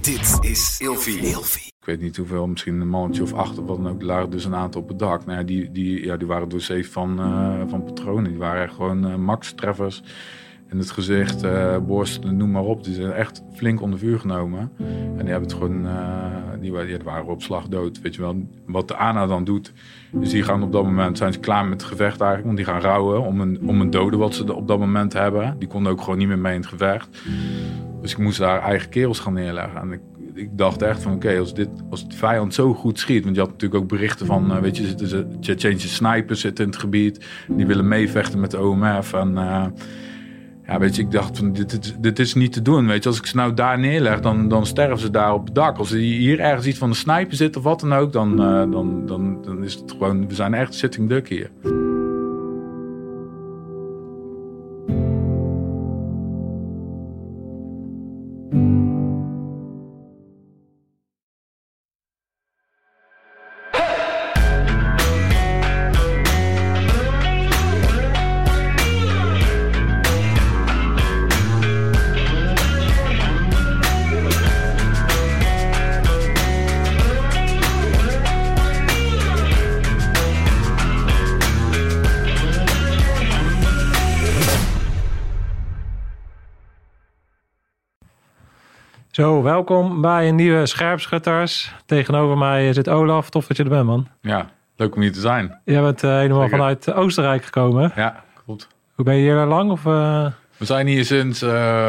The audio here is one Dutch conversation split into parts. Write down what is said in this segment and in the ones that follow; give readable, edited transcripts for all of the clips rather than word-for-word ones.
Dit is Ilfie. Ik weet niet hoeveel, misschien een mannetje of 8 of wat dan ook. Er lagen dus een aantal op het dak. Nou ja, die waren doorzeefd van patronen. Die waren echt gewoon max-treffers in het gezicht, borsten, noem maar op. Die zijn echt flink onder vuur genomen. En die hebben het gewoon, die waren op slag dood. Weet je wel, wat de ANA dan doet, is die gaan op dat moment, zijn ze klaar met het gevecht eigenlijk. Want die gaan rouwen om een dode wat ze op dat moment hebben. Die konden ook gewoon niet meer mee in het gevecht. Dus ik moest daar eigen kerels gaan neerleggen. En ik dacht echt van oké, als de vijand zo goed schiet. Want je had natuurlijk ook berichten van, weet je, Tsjetsjeense snipers zitten in het gebied. Die willen meevechten met de OMF. En ja, weet je, ik dacht van dit is niet te doen. Weet je, als ik ze nou daar neerleg, dan sterven ze daar op het dak. Als er hier ergens iets van de sniper zit of wat dan ook, dan is het gewoon, we zijn echt sitting duck hier. Zo, welkom bij een nieuwe Scherpschutters. Tegenover mij zit Olaf. Tof dat je er bent, man. Ja, leuk om hier te zijn. Jij bent helemaal Zeker. Vanuit Oostenrijk gekomen. Ja, klopt. Hoe ben je hier lang? Of, We zijn hier sinds,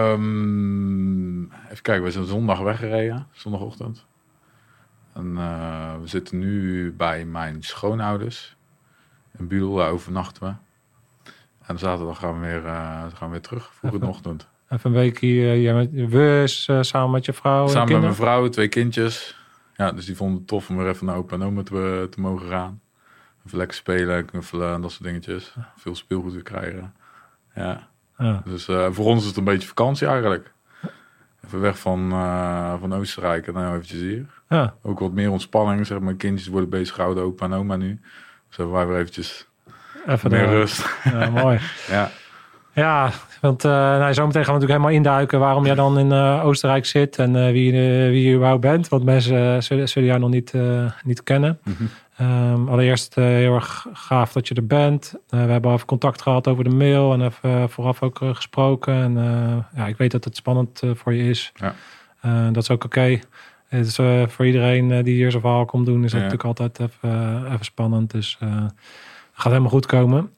even kijken, we zijn zondag weggereden, zondagochtend. En we zitten nu bij mijn schoonouders. In Budel, daar overnachten we. En zaterdag gaan we weer terug, vroeg in de ochtend. Even een week hier samen met je vrouw Samen en met mijn vrouw, 2 kindjes. Ja, dus die vonden het tof om weer even naar opa en oma te mogen gaan. Even lekker spelen, knuffelen en dat soort dingetjes. Veel speelgoed weer krijgen. Ja. Dus voor ons is het een beetje vakantie eigenlijk. Even weg van Oostenrijk en dan eventjes hier. Ja. Ook wat meer ontspanning, zeg maar. Kindjes worden bezig gehouden, opa en oma nu. Dus hebben wij weer eventjes even meer rust. Ja, mooi. Ja. Ja, want zometeen gaan we natuurlijk helemaal induiken waarom jij dan in Oostenrijk zit en wie je überhaupt bent. Want mensen zullen jou nog niet kennen. Mm-hmm. Allereerst heel erg gaaf dat je er bent. We hebben al even contact gehad over de mail en even vooraf ook gesproken. En ik weet dat het spannend voor je is. Ja. Dat is ook oké. Het is voor iedereen die hier zijn verhaal komt doen, is het natuurlijk altijd even spannend. Dus het gaat helemaal goed komen.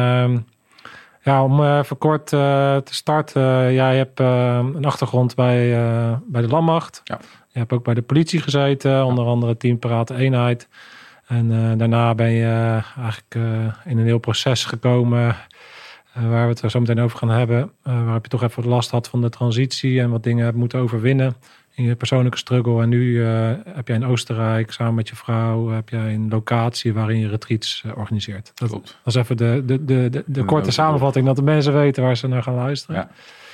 Ja, om even kort te starten. Jij hebt een achtergrond bij de Landmacht. Ja. Je hebt ook bij de politie gezeten. Onder andere Team Parate Eenheid. En daarna ben je eigenlijk in een heel proces gekomen. Waar we het er zo meteen over gaan hebben. Waar je toch even last had van de transitie. En wat dingen hebt moeten overwinnen. In je persoonlijke struggle. En nu heb jij in Oostenrijk samen met je vrouw heb jij een locatie waarin je retreats organiseert. Dat is even de korte samenvatting, dat de mensen weten waar ze naar gaan luisteren.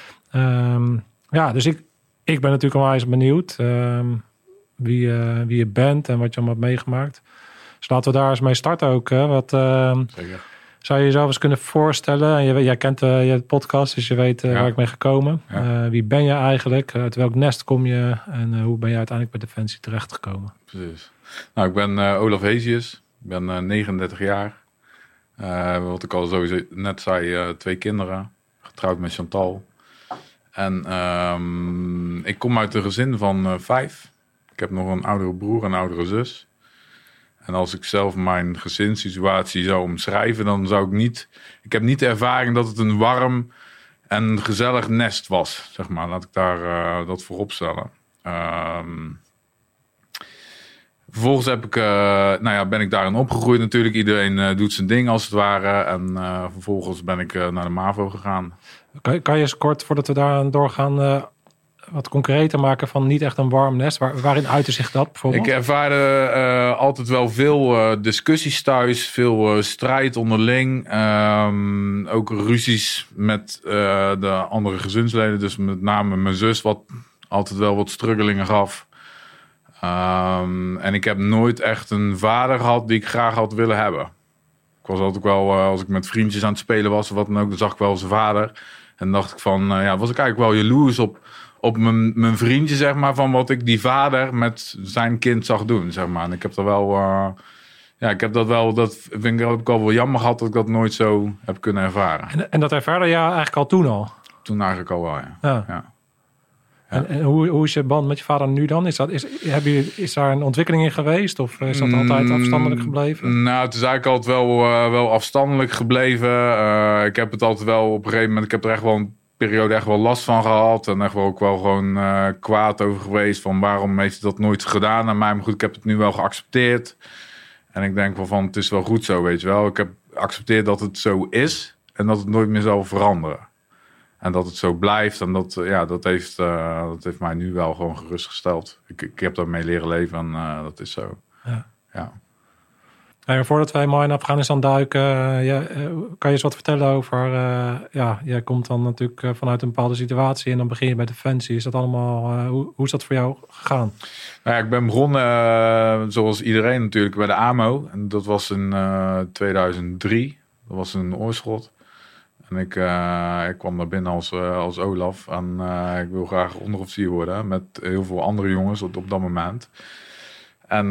Ja, dus ik ben natuurlijk al eens benieuwd wie je bent en wat je allemaal hebt meegemaakt. Dus laten we daar eens mee starten ook. Zeker. Zou je jezelf eens kunnen voorstellen? En jij kent je podcast, dus je weet waar ik ben gekomen. Ja. Wie ben je eigenlijk? Uit welk nest kom je? En hoe ben je uiteindelijk bij Defensie terechtgekomen? Precies. Nou, ik ben Olaf Hesius. Ik ben 39 jaar. Wat ik al sowieso net zei, 2 kinderen. Getrouwd met Chantal. En ik kom uit een gezin van 5. Ik heb nog een oudere broer en een oudere zus. En als ik zelf mijn gezinssituatie zou omschrijven, dan zou ik niet... Ik heb niet de ervaring dat het een warm en gezellig nest was, zeg maar. Laat ik daar dat voorop stellen. Vervolgens ben ik daarin opgegroeid natuurlijk. Iedereen doet zijn ding als het ware. En vervolgens ben ik naar de MAVO gegaan. Kan je eens kort, voordat we daar doorgaan... wat concreter maken van niet echt een warm nest. Waarin uitte zich dat bijvoorbeeld? Ik ervaarde altijd wel veel discussies thuis. Veel strijd onderling. Ook ruzies met de andere gezinsleden. Dus met name mijn zus, wat altijd wel wat struggelingen gaf. En ik heb nooit echt een vader gehad die ik graag had willen hebben. Ik was altijd wel, als ik met vriendjes aan het spelen was of wat dan ook, dan zag ik wel zijn vader. En dacht ik van, was ik eigenlijk wel jaloers op mijn vriendje, zeg maar, van wat ik die vader met zijn kind zag doen, zeg maar. En ik heb er wel, dat vind ik ook al wel jammer gehad dat ik dat nooit zo heb kunnen ervaren. En dat ervaarde je eigenlijk al toen al? Toen eigenlijk al wel, ja. Ja. En hoe is je band met je vader nu dan? Is daar een ontwikkeling in geweest? Of is dat altijd afstandelijk gebleven? Nou, het is eigenlijk altijd wel afstandelijk gebleven. Ik heb het altijd wel op een gegeven moment... Ik heb er echt wel een periode echt wel last van gehad. En echt wel ook wel gewoon kwaad over geweest. Van waarom heeft hij dat nooit gedaan aan mij? Maar goed, ik heb het nu wel geaccepteerd. En ik denk wel van, het is wel goed zo, weet je wel. Ik heb geaccepteerd dat het zo is. En dat het nooit meer zal veranderen. En dat het zo blijft. En dat heeft mij nu wel gewoon gerustgesteld. Ik heb daarmee leren leven en dat is zo. Ja. En voordat wij maar in Afghanistan duiken, kan je eens wat vertellen over... jij komt dan natuurlijk vanuit een bepaalde situatie en dan begin je bij Defensie. Is dat allemaal, hoe is dat voor jou gegaan? Nou ja, ik ben begonnen, zoals iedereen natuurlijk, bij de AMO. En dat was in 2003. Dat was een oorschot. En ik kwam daar binnen als Olaf. En ik wil graag onderofficier worden. Met heel veel andere jongens op dat moment. En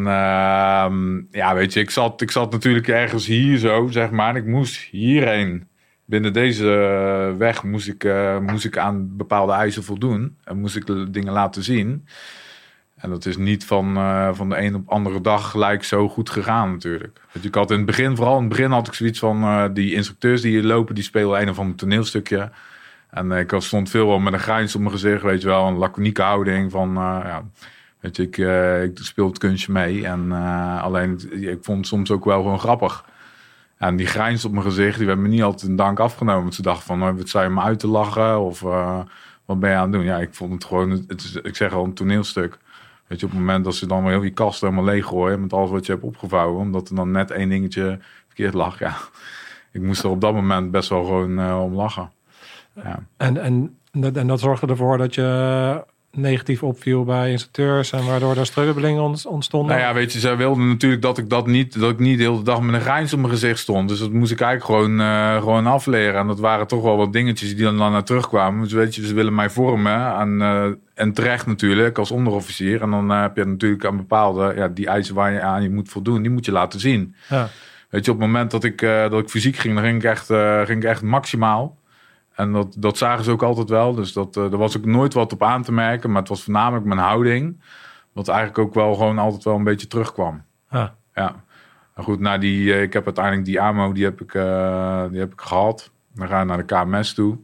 weet je, ik zat natuurlijk ergens hier zo, zeg maar. En ik moest hierheen. Binnen deze weg moest ik aan bepaalde eisen voldoen. En moest ik dingen laten zien. En dat is niet van de een op andere dag gelijk zo goed gegaan natuurlijk. Dus ik had in het begin had ik zoiets van... die instructeurs die hier lopen, die spelen een of ander toneelstukje. En ik stond veel wel met een grijns op mijn gezicht, weet je wel. Een laconieke houding van... weet je, ik speel het kunstje mee. En alleen, ik vond het soms ook wel gewoon grappig. En die grijns op mijn gezicht, die werd me niet altijd in dank afgenomen. Want ze dachten van, wat zou je me uit te lachen? Of wat ben je aan het doen? Ja, ik vond het gewoon, ik zeg al, een toneelstuk. Weet je, op het moment dat ze dan weer heel die kast helemaal leeg gooien... met alles wat je hebt opgevouwen... omdat er dan net één dingetje verkeerd lag. Ja, ik moest er op dat moment best wel gewoon om lachen. Ja. En dat zorgde ervoor dat je negatief opviel bij instructeurs... en waardoor er strubbelingen ontstonden? Nou ja, weet je, zij wilden natuurlijk dat ik niet de hele dag met een grijns op mijn gezicht stond. Dus dat moest ik eigenlijk gewoon afleren. En dat waren toch wel wat dingetjes die dan naar terugkwamen. Dus weet je, ze willen mij vormen en terecht natuurlijk als onderofficier. En dan heb je natuurlijk aan bepaalde, die eisen waar je aan moet voldoen, die moet je laten zien. Ja. Weet je, op het moment dat ik fysiek ging, dan ging ik echt maximaal. En dat zagen ze ook altijd wel. Dus er was ook nooit wat op aan te merken. Maar het was voornamelijk mijn houding. Wat eigenlijk ook wel gewoon altijd wel een beetje terugkwam. Ja. Maar goed, ik heb uiteindelijk die AMO, die heb ik gehad. Dan ga je naar de KMS toe.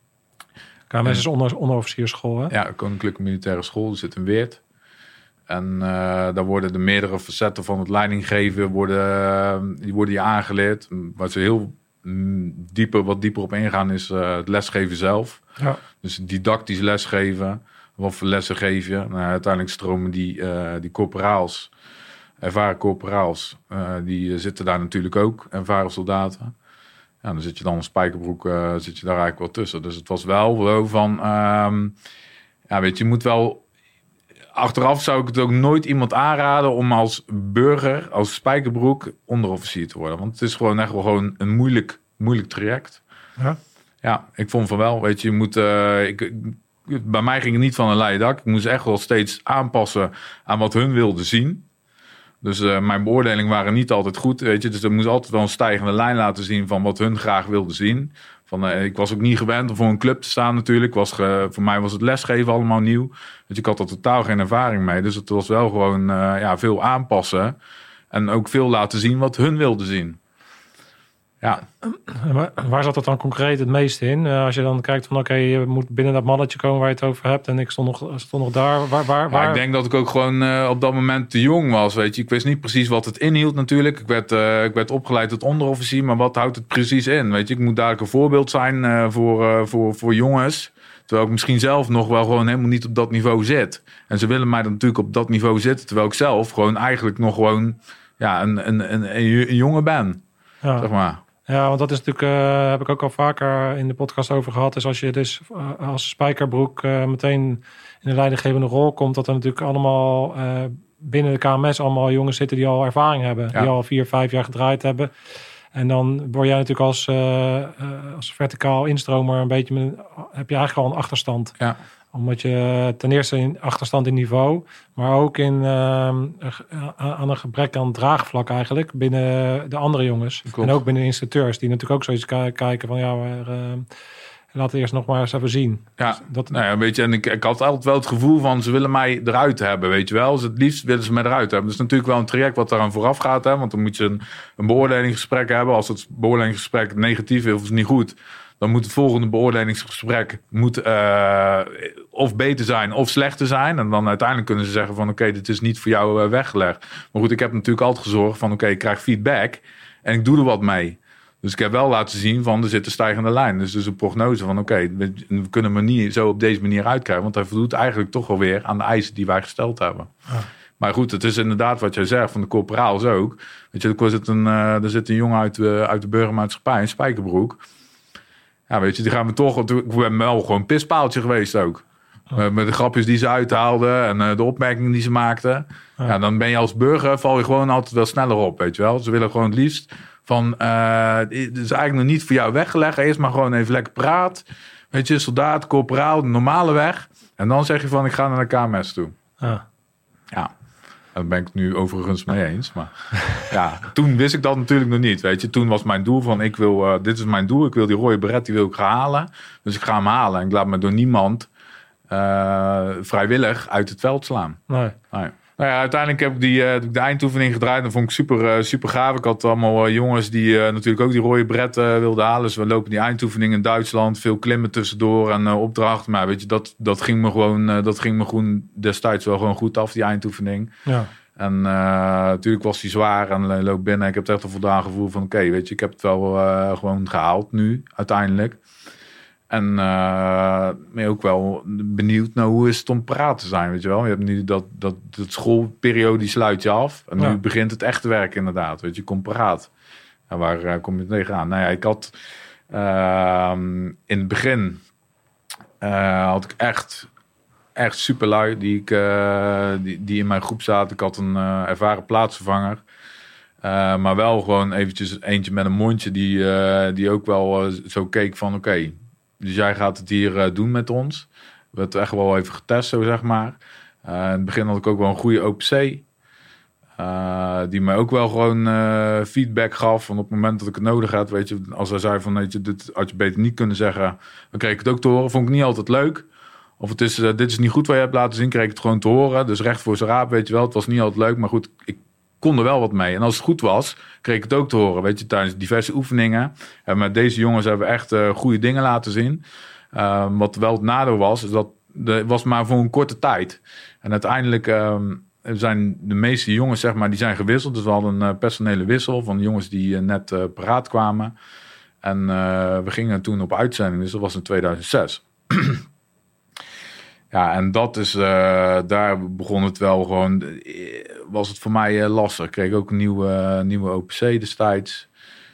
KMS is onderofficiersschool, hè? Ja, Koninklijke Militaire School. Die zit in Weert. En daar worden de meerdere facetten van het leidinggeven worden je aangeleerd. Wat ze heel wat dieper op ingaan is het lesgeven zelf. Ja. Dus didactisch lesgeven. Wat voor lessen geef je? Nou, uiteindelijk stromen die corporaals, ervaren corporaals, die zitten daar natuurlijk ook. Ervaren soldaten. Ja, dan zit je dan een spijkerbroek, zit je daar eigenlijk wel tussen. Dus het was wel van... weet je, moet wel... Achteraf zou ik het ook nooit iemand aanraden om als burger, als spijkerbroek, onderofficier te worden. Want het is gewoon echt wel gewoon een moeilijk traject. Ja, ik vond van wel. Weet je, bij mij ging het niet van een leien dak. Ik moest echt wel steeds aanpassen aan wat hun wilden zien. Dus mijn beoordelingen waren niet altijd goed, weet je. Dus ik moest altijd wel een stijgende lijn laten zien van wat hun graag wilden zien. Ik was ook niet gewend om voor een club te staan natuurlijk. Voor mij was het lesgeven allemaal nieuw. Dus ik had er totaal geen ervaring mee. Dus het was wel gewoon veel aanpassen. En ook veel laten zien wat hun wilden zien. Ja. Waar zat dat dan concreet het meest in? Als je dan kijkt van je moet binnen dat mannetje komen waar je het over hebt. En ik stond nog daar. Waar? Ja, ik denk dat ik ook gewoon op dat moment te jong was. Weet je. Ik wist niet precies wat het inhield natuurlijk. Ik werd opgeleid tot onderofficier. Maar wat houdt het precies in? Weet je, ik moet dadelijk een voorbeeld zijn voor jongens. Terwijl ik misschien zelf nog wel gewoon helemaal niet op dat niveau zit. En ze willen mij dan natuurlijk op dat niveau zitten. Terwijl ik zelf gewoon eigenlijk nog gewoon een jongen ben. Ja. Zeg maar. Ja, want dat is natuurlijk, heb ik ook al vaker in de podcast over gehad. Is als je dus als spijkerbroek meteen in een leidinggevende rol komt, dat er natuurlijk allemaal binnen de KMS allemaal jongens zitten die al ervaring hebben. Ja. Die al 4-5 jaar gedraaid hebben. En dan word jij natuurlijk als verticaal instromer een beetje heb je eigenlijk al een achterstand. Ja. Omdat je ten eerste in achterstand in niveau, maar ook aan een gebrek aan draagvlak eigenlijk binnen de andere jongens. Klopt. En ook binnen de instructeurs, die natuurlijk ook zoiets kijken van laten we eerst nog maar eens even zien. Ja, Dus weet je, en ik had altijd wel het gevoel van ze willen mij eruit hebben, weet je wel. Dus het liefst willen ze mij eruit hebben. Dat is natuurlijk wel een traject wat eraan vooraf gaat, hè, want dan moet je een beoordelingsgesprek hebben. Als het beoordelingsgesprek negatief is of niet goed, dan moet het volgende beoordelingsgesprek of beter zijn of slechter zijn. En dan uiteindelijk kunnen ze zeggen van oké, dit is niet voor jou weggelegd. Maar goed, ik heb natuurlijk altijd gezorgd van oké, ik krijg feedback en ik doe er wat mee. Dus ik heb wel laten zien van er zit een stijgende lijn. Dus een prognose van oké, we kunnen hem niet zo op deze manier uitkrijgen. Want hij voldoet eigenlijk toch wel weer aan de eisen die wij gesteld hebben. Ah. Maar goed, het is inderdaad wat jij zegt van de corporaals ook. Weet je, er zit een jongen uit de burgermaatschappij in Spijkerbroek. Ja, weet je, die gaan we toch... Ik ben wel gewoon een pispaaltje geweest ook. Met de grapjes die ze uithaalden en de opmerkingen die ze maakten. Ja, dan ben je als burger, val je gewoon altijd wel sneller op, weet je wel. Ze willen gewoon het liefst van... het is eigenlijk nog niet voor jou weggelegd. Eerst maar gewoon even lekker praat. Weet je, soldaat, corporaal, de normale weg. En dan zeg je van, ik ga naar de KMS toe. Ja. Daar ben ik het nu overigens mee eens. Maar ja, toen wist ik dat natuurlijk nog niet. Weet je, toen was mijn doel van dit is mijn doel. Ik wil die rode beret, die wil ik gaan halen. Dus ik ga hem halen. En ik laat me door niemand vrijwillig uit het veld slaan. Nee. Nou ja, uiteindelijk heb ik de eindoefening gedraaid. Dat vond ik super gaaf. Ik had allemaal jongens die natuurlijk ook die rode bret wilden halen. Dus we lopen die eindoefening in Duitsland. Veel klimmen tussendoor en opdrachten. Maar weet je, dat ging me gewoon destijds wel gewoon goed af, die eindoefening. Ja. En natuurlijk was die zwaar en loop binnen. Ik heb echt een voldaan gevoel van oké, weet je, ik heb het wel gewoon gehaald nu, uiteindelijk. En ben je ook wel benieuwd naar hoe is het om praten te zijn, weet je wel. Je hebt nu dat schoolperiode, die sluit je af. En nu begint het echte werk inderdaad, weet je, kom praat. En waar kom je tegenaan? Nou ja, ik had in het begin had ik echt super lui die in mijn groep zaten. Ik had een ervaren plaatsvervanger. Maar wel gewoon eventjes eentje met een mondje die ook wel zo keek van oké, dus jij gaat het hier doen met ons. We hebben het echt wel even getest, zo zeg maar. In het begin had ik ook wel een goede OPC. Die mij ook wel gewoon feedback gaf. Van op het moment dat ik het nodig had, weet je, als hij zei van weet je, dit had je beter niet kunnen zeggen, dan kreeg ik het ook te horen. Vond ik niet altijd leuk. Of het is, dit is niet goed wat je hebt laten zien, kreeg ik het gewoon te horen. Dus recht voor zijn raap, weet je wel. Het was niet altijd leuk, maar goed, ik kon er wel wat mee. En als het goed was, kreeg ik het ook te horen, weet je, tijdens diverse oefeningen. En met deze jongens hebben we echt goede dingen laten zien. Wat wel het nadeel was, is dat was maar voor een korte tijd. En uiteindelijk zijn de meeste jongens, zeg maar, die zijn gewisseld. Dus we hadden een personele wissel van jongens die net paraat kwamen. En we gingen toen op uitzending, dus dat was in 2006. Ja, en dat is, daar begon het wel gewoon, was het voor mij lastig. Ik kreeg ook een nieuwe OPC destijds.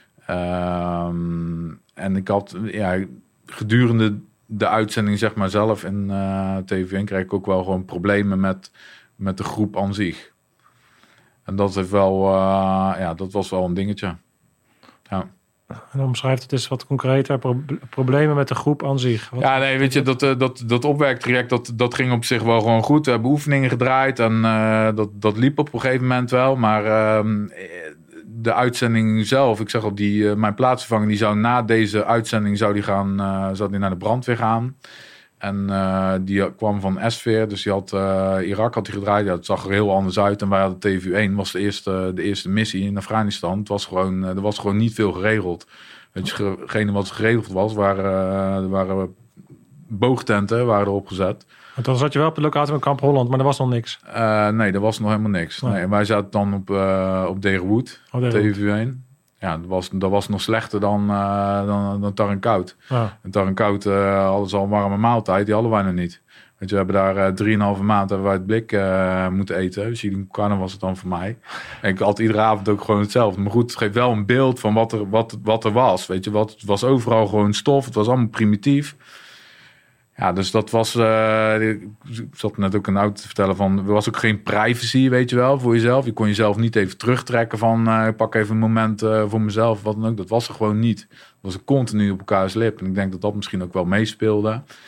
En ik had, gedurende de uitzending, zeg maar zelf in TV1, kreeg ik ook wel gewoon problemen met de groep aan zich. En dat heeft wel, dat was wel een dingetje. Ja. En omschrijft het eens wat concreter. Problemen met de groep aan zich. Ja, nee, weet je, dat opwerktraject, dat ging op zich wel gewoon goed. We hebben oefeningen gedraaid en dat liep op een gegeven moment wel. Maar de uitzending zelf, ik zeg al, mijn plaatsvervanger, die zou na deze uitzending zou die naar de brandweer gaan. En die kwam van S-veer, dus die had Irak had hij gedraaid. Ja, het zag er heel anders uit. En wij hadden TV1, was de eerste missie in Afghanistan. Het was gewoon, er was gewoon niet veel geregeld. Weet je, hetgene wat geregeld was, waren boogtenten waren erop gezet. Want dan zat je wel op de locatie van Kamp Holland, maar er was nog niks. Nee, er was nog helemaal niks. Nee. En wij zaten dan op Degerwood, TV1. Ja, dat was nog slechter dan Tarrenkoud. Ja. En Tarrenkoud hadden ze al een warme maaltijd. Die hadden wij nog niet. Weet je, we hebben daar 3,5 maand hebben wij het blik moeten eten. Dus Chili was het dan voor mij. En ik had iedere avond ook gewoon hetzelfde. Maar goed, het geeft wel een beeld van wat er was. Weet je, het was overal gewoon stof. Het was allemaal primitief. Ja, dus dat was... ik zat net ook een auto te vertellen van... Er was ook geen privacy, weet je wel, voor jezelf. Je kon jezelf niet even terugtrekken van... ik pak even een moment voor mezelf, wat dan ook. Dat was er gewoon niet. Dat was continu op elkaars lip. En ik denk dat dat misschien ook wel meespeelde.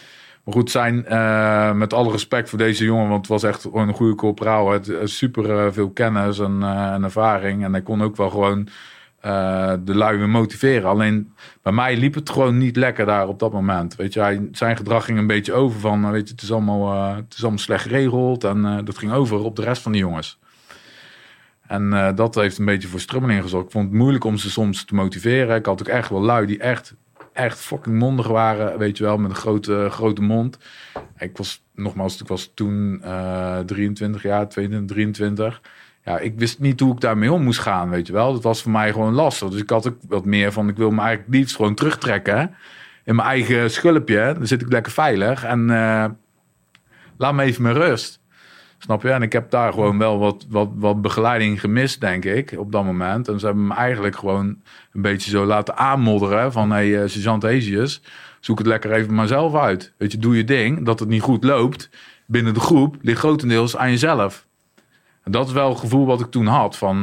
Maar goed, met alle respect voor deze jongen, want het was echt gewoon een goede corporaal. Het super veel kennis en ervaring. En hij kon ook wel gewoon de lui weer motiveren. Alleen bij mij liep het gewoon niet lekker daar op dat moment. Weet je, zijn gedrag ging een beetje over van, weet je, het is allemaal slecht geregeld. En dat ging over op de rest van de jongens. En dat heeft een beetje voor strummeling gezorgd. Ik vond het moeilijk om ze soms te motiveren. Ik had ook echt wel lui die echt fucking mondig waren, weet je wel, met een grote mond. Ik was toen 23 jaar, 22, 23. Ja, ik wist niet hoe ik daarmee om moest gaan, weet je wel. Dat was voor mij gewoon lastig. Dus ik had ook wat meer van, ik wil me eigenlijk liefst gewoon terugtrekken. Hè? In mijn eigen schulpje. Dan zit ik lekker veilig. En laat me even met rust. Snap je? En ik heb daar gewoon wel wat begeleiding gemist, denk ik, op dat moment. En ze hebben me eigenlijk gewoon een beetje zo laten aanmodderen van, hey, sergeant Hesius, zoek het lekker even maar zelf uit. Weet je, doe je ding. Dat het niet goed loopt binnen de groep ligt grotendeels aan jezelf. En dat is wel het gevoel wat ik toen had van,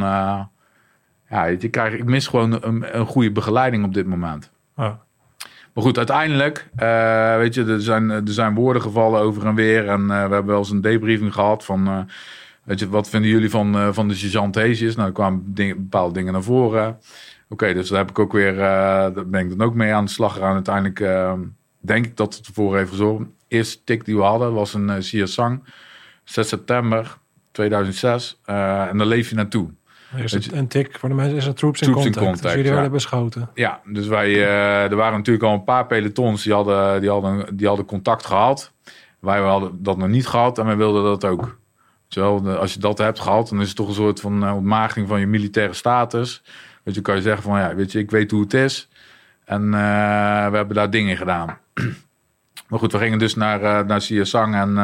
ik mis gewoon een goede begeleiding op dit moment. Oh. Maar goed, uiteindelijk, weet je, er zijn woorden gevallen over en weer. En we hebben wel eens een debriefing gehad van, weet je, wat vinden jullie van de sergeant Hesius? Nou, er kwamen bepaalde dingen naar voren. Oké, dus daar heb ik ook weer, daar ben ik dan ook mee aan de slag gegaan. Uiteindelijk denk ik dat het ervoor heeft gezorgd. De eerste tik die we hadden was een Siasang, 6 september 2006. En daar leef je naartoe. Is het een tik voor de mensen? Is het troops in contact? Dus jullie werden beschoten. Ja, dus er waren natuurlijk al een paar pelotons die hadden contact gehad. Wij hadden dat nog niet gehad en wij wilden dat ook. Terwijl, als je dat hebt gehad, dan is het toch een soort van ontmaagding van je militaire status. Weet je, kan je zeggen van, ja, weet je, ik weet hoe het is. En we hebben daar dingen gedaan. Maar goed, we gingen dus naar Siasang en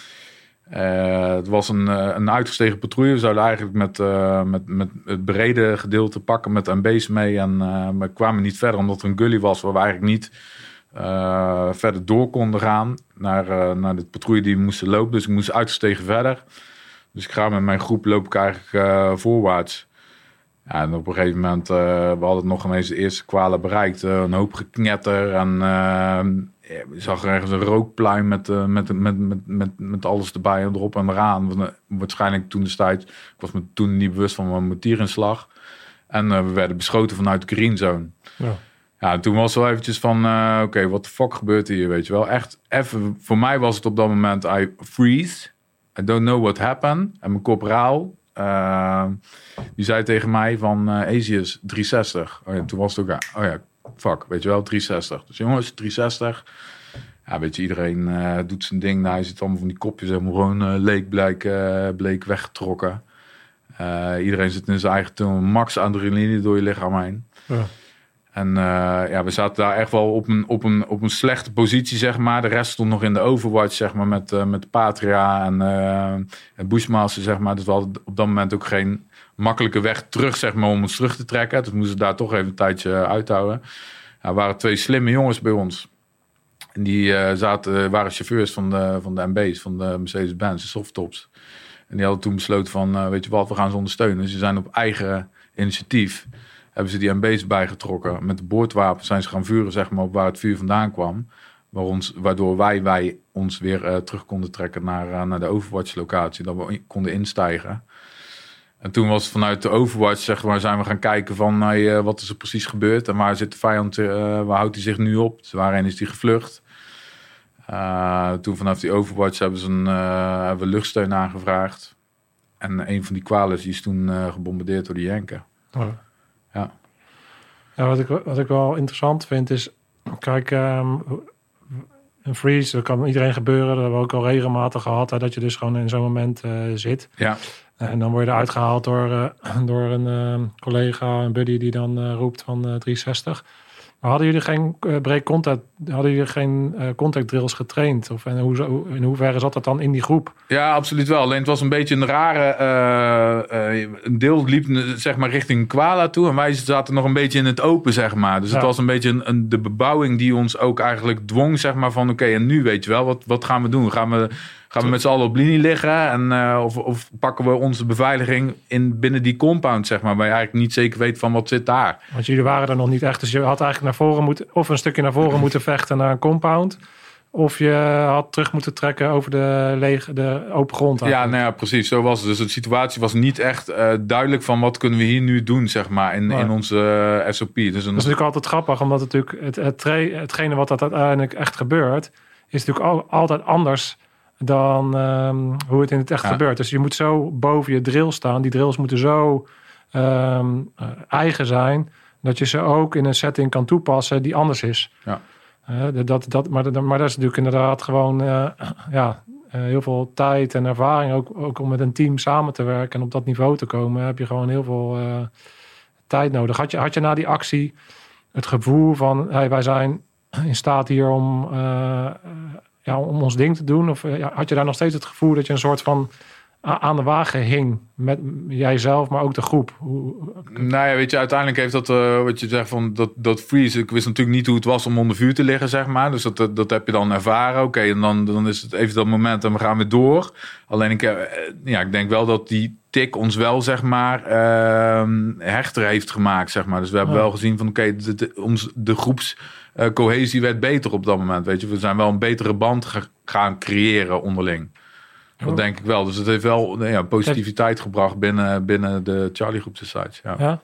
het was een uitgestegen patrouille. We zouden eigenlijk met het brede gedeelte pakken met MB's mee. En we kwamen niet verder omdat er een gully was waar we eigenlijk niet verder door konden gaan naar de patrouille die we moesten lopen. Dus ik moest uitgestegen verder. Dus ik ga met mijn groep loop ik eigenlijk voorwaarts. Ja, en op een gegeven moment, we hadden nog ineens de eerste kwalen bereikt. Een hoop geknetter en je zag ergens een rookpluim met alles erbij en erop en eraan. Waarschijnlijk toen destijds, ik was me toen niet bewust van mijn mortierinslag. En we werden beschoten vanuit de green zone. Ja. Ja, toen was het wel eventjes van, oké, wat de fuck gebeurt hier, weet je wel. Echt even, voor mij was het op dat moment, I freeze. I don't know what happened. En mijn corporaal, die zei tegen mij van, Hesius, 360. Oh ja, toen was het ook, fuck, weet je wel, 360. Dus jongens, 360. Ja, weet je, iedereen doet zijn ding. Nou, je zit allemaal van die kopjes helemaal gewoon bleek weggetrokken. Iedereen zit in zijn eigen tunnel. Max adrenaline door je lichaam heen. Ja. En we zaten daar echt wel op een slechte positie, zeg maar. De rest stond nog in de Overwatch, zeg maar, met Patria en Bushmaster, zeg maar. Dus we hadden op dat moment ook geen makkelijke weg terug, zeg maar, om ons terug te trekken. Dus we moesten daar toch even een tijdje uithouden. Er waren 2 slimme jongens bij ons. En die waren chauffeurs van de MB's, van de Mercedes-Benz, de softtops. En die hadden toen besloten van, weet je wat, we gaan ze ondersteunen. Dus ze zijn op eigen initiatief, hebben ze die MB's bijgetrokken. Met de boordwapen zijn ze gaan vuren, zeg maar, op waar het vuur vandaan kwam. Waardoor wij ons weer terug konden trekken naar de Overwatch-locatie. Dat we konden instijgen. En toen was vanuit de Overwatch, zeg maar, zijn we gaan kijken van, wat is er precies gebeurd? En waar zit de vijand, waar houdt hij zich nu op? Dus waarheen is hij gevlucht? Toen vanaf die Overwatch hebben we luchtsteun aangevraagd. En een van die kwalers die is toen gebombardeerd door de Jenken. Oh. Ja. Ja, wat ik wel interessant vind is, kijk, een freeze, dat kan iedereen gebeuren. Dat hebben we ook al regelmatig gehad, hè, dat je dus gewoon in zo'n moment zit. Ja. En dan word je eruit gehaald door een collega, een buddy die dan roept van 360. Maar hadden jullie geen contact drills getraind? Of in hoeverre zat dat dan in die groep? Ja, absoluut wel. Alleen het was een beetje een rare... een deel liep, zeg maar, richting Kuala toe. En wij zaten nog een beetje in het open, zeg maar. Dus het was een beetje de bebouwing die ons ook eigenlijk dwong, zeg maar, van oké, en nu weet je wel, wat gaan we doen? Gaan we met z'n allen op linie liggen? En, of pakken we onze beveiliging binnen die compound, zeg maar, waar je eigenlijk niet zeker weet van wat zit daar. Want jullie waren er nog niet echt. Dus je had eigenlijk naar voren een stukje naar voren moeten vechten naar een compound. Of je had terug moeten trekken over de open grond. Ja, nou ja, precies. Zo was het. Dus de situatie was niet echt duidelijk van wat kunnen we hier nu doen, zeg maar, in onze SOP. Dus dat is natuurlijk altijd grappig, omdat natuurlijk hetgene wat dat uiteindelijk echt gebeurt, is natuurlijk altijd anders dan hoe het in het echt gebeurt. Dus je moet zo boven je drill staan. Die drills moeten zo eigen zijn, dat je ze ook in een setting kan toepassen die anders is. Ja. Maar dat is natuurlijk inderdaad gewoon heel veel tijd en ervaring. Ook om met een team samen te werken en op dat niveau te komen, heb je gewoon heel veel tijd nodig. Had je na die actie het gevoel van, hey, wij zijn in staat hier om ons ding te doen? Of had je daar nog steeds het gevoel dat je een soort van aan de wagen hing met jijzelf, maar ook de groep? Nou ja, weet je, uiteindelijk heeft dat, wat je zegt van dat freeze. Ik wist natuurlijk niet hoe het was om onder vuur te liggen, zeg maar. Dus dat heb je dan ervaren. Oké, en dan is het even dat moment en we gaan weer door. Alleen ik denk wel dat die tik ons wel, zeg maar, hechter heeft gemaakt, zeg maar. Dus we hebben wel gezien van, de groepscohesie werd beter op dat moment, weet je. We zijn wel een betere band gaan creëren onderling. Dat denk ik wel. Dus het heeft wel positiviteit gebracht binnen de Charlie Groep destijds. Ja.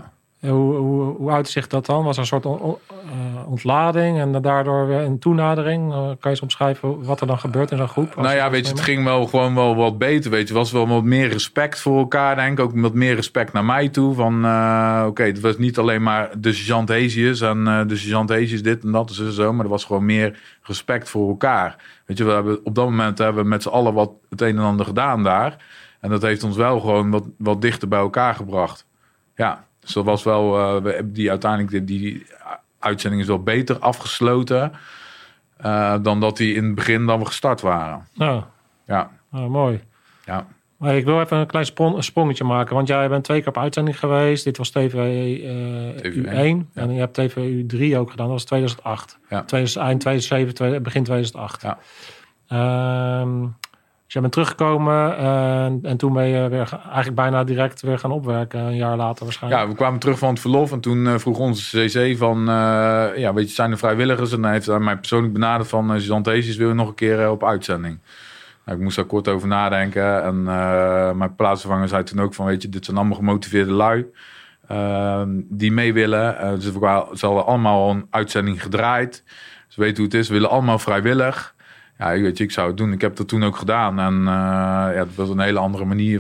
Hoe uitte zich dat dan? Was er een soort ontlading en daardoor weer een toenadering? Kan je eens omschrijven wat er dan gebeurt in zo'n groep? Het ging wel wat beter. Weet je, was wel wat meer respect voor elkaar, denk ik. Ook wat meer respect naar mij toe. Van het was niet alleen maar de sergeant Hesius en de sergeant Hesius dit en dat en zo. Maar er was gewoon meer respect voor elkaar. Weet je, op dat moment hebben we met z'n allen wat het een en ander gedaan daar. En dat heeft ons wel gewoon wat dichter bij elkaar gebracht. Ja. Dus dat was wel, die uitzending is wel beter afgesloten dan dat die in het begin dan we gestart waren. Oh. Ja. Oh, mooi. Ja. Maar ik wil even een klein sprongetje maken, want jij bent 2 keer op uitzending geweest. Dit was TV U1 en je hebt TV U3 ook gedaan. Dat was 2008. Ja. Eind 2007, begin 2008. Ja. Dus jij bent teruggekomen en toen ben je weer eigenlijk bijna direct weer gaan opwerken, een jaar later waarschijnlijk. Ja, we kwamen terug van het verlof en toen vroeg onze CC van, weet je, zijn er vrijwilligers? En hij heeft mij persoonlijk benaderd van, sergeant Hesius, wil je nog een keer op uitzending? Nou, ik moest daar kort over nadenken en mijn plaatsvervanger zei toen ook van, weet je, dit zijn allemaal gemotiveerde lui die mee willen. Dus ze hadden allemaal een uitzending gedraaid. Ze weten hoe het is, we willen allemaal vrijwillig. Ja, weet je, ik zou het doen. Ik heb dat toen ook gedaan. En het was een hele andere manier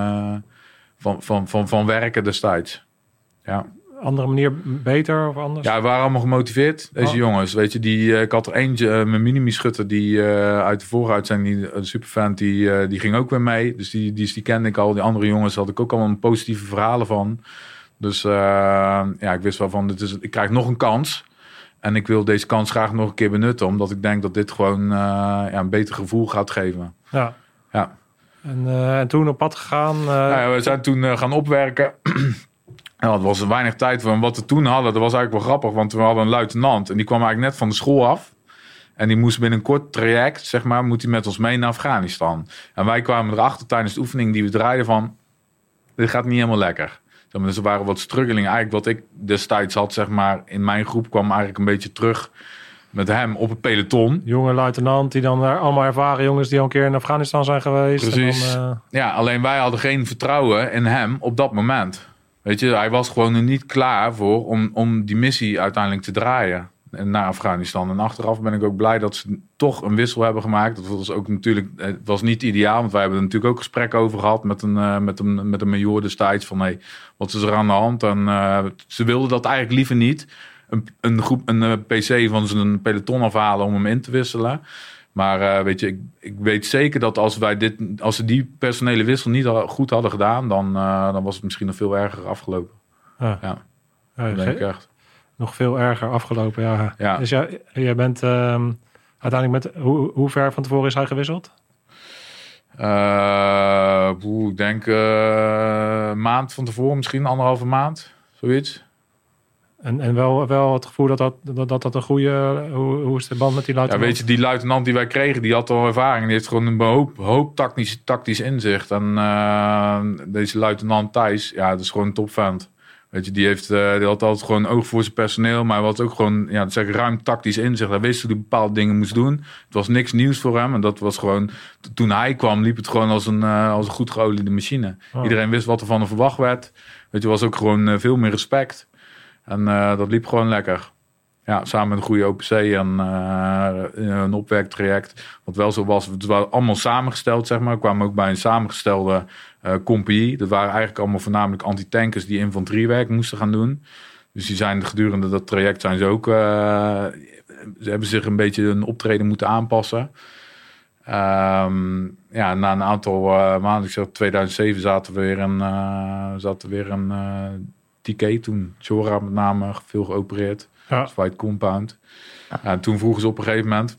van werken destijds. Ja. Andere manier beter of anders? Ja, we waren allemaal gemotiveerd, deze jongens. Weet je, ik had er eentje, mijn Minimi-schutter, die uit de vorige uitzending, een superfan, die ging ook weer mee. Dus die kende ik al. Die andere jongens had ik ook allemaal positieve verhalen van. Dus ik wist wel van, ik krijg nog een kans. En ik wil deze kans graag nog een keer benutten. Omdat ik denk dat dit gewoon een beter gevoel gaat geven. Ja. Ja. En toen op pad gegaan? We zijn toen gaan opwerken. Het was er weinig tijd voor. En wat we toen hadden, dat was eigenlijk wel grappig. Want we hadden een luitenant. En die kwam eigenlijk net van de school af. En die moest binnen een kort traject, zeg maar, moet hij met ons mee naar Afghanistan. En wij kwamen erachter tijdens de oefening die we draaiden van, dit gaat niet helemaal lekker. Dus er waren wat struggelingen. Eigenlijk wat ik destijds had, zeg maar, in mijn groep kwam eigenlijk een beetje terug met hem op het peloton. Jonge luitenant, die dan allemaal ervaren jongens die al een keer in Afghanistan zijn geweest. Precies. En dan, ja, alleen wij hadden geen vertrouwen in hem op dat moment. Weet je, hij was gewoon er niet klaar voor om die missie uiteindelijk te draaien naar Afghanistan. En achteraf ben ik ook blij dat ze toch een wissel hebben gemaakt. Dat was ook natuurlijk, het was niet ideaal, want wij hebben er natuurlijk ook gesprekken over gehad met een major destijds van, hey, wat is er aan de hand? En ze wilden dat eigenlijk liever niet. Een PC van zijn peloton afhalen om hem in te wisselen. Maar weet je, ik weet zeker dat als ze die personele wissel niet goed hadden gedaan, dan was het misschien nog veel erger afgelopen. Ja. Dat denk ik echt. Nog veel erger afgelopen, ja. Dus jij bent uiteindelijk hoe ver van tevoren is hij gewisseld? Ik denk een maand van tevoren, misschien 1,5 maand, zoiets. En wel het gevoel dat een goede... Hoe is de band met die luitenant? Ja, weet je, die luitenant die wij kregen, die had al ervaring. Die heeft gewoon een hoop tactisch inzicht. En deze luitenant Thijs, ja, dat is gewoon een topvent. Weet je, die had altijd gewoon oog voor zijn personeel. Maar hij was ook gewoon, dat zeg ik, ruim tactisch inzicht. Hij wist hoe hij bepaalde dingen moest doen. Het was niks nieuws voor hem. En dat was gewoon, toen hij kwam, liep het gewoon als een goed geoliede machine. Oh. Iedereen wist wat er van hem verwacht werd. Weet je, was ook gewoon veel meer respect. En dat liep gewoon lekker. Ja, samen met een goede OPC en een opwerktraject. Wat wel zo was, het waren allemaal samengesteld, zeg maar. We kwamen ook bij een samengestelde compagnie. Dat waren eigenlijk allemaal voornamelijk antitankers die infanteriewerk moesten gaan doen. Dus die zijn gedurende dat traject zijn ze ook... ze hebben zich een beetje een optreden moeten aanpassen. Na een aantal maanden, ik zeg 2007, zaten we weer een TK toen. Chora met name, veel geopereerd. Ja. White Compound. En toen vroegen ze op een gegeven moment...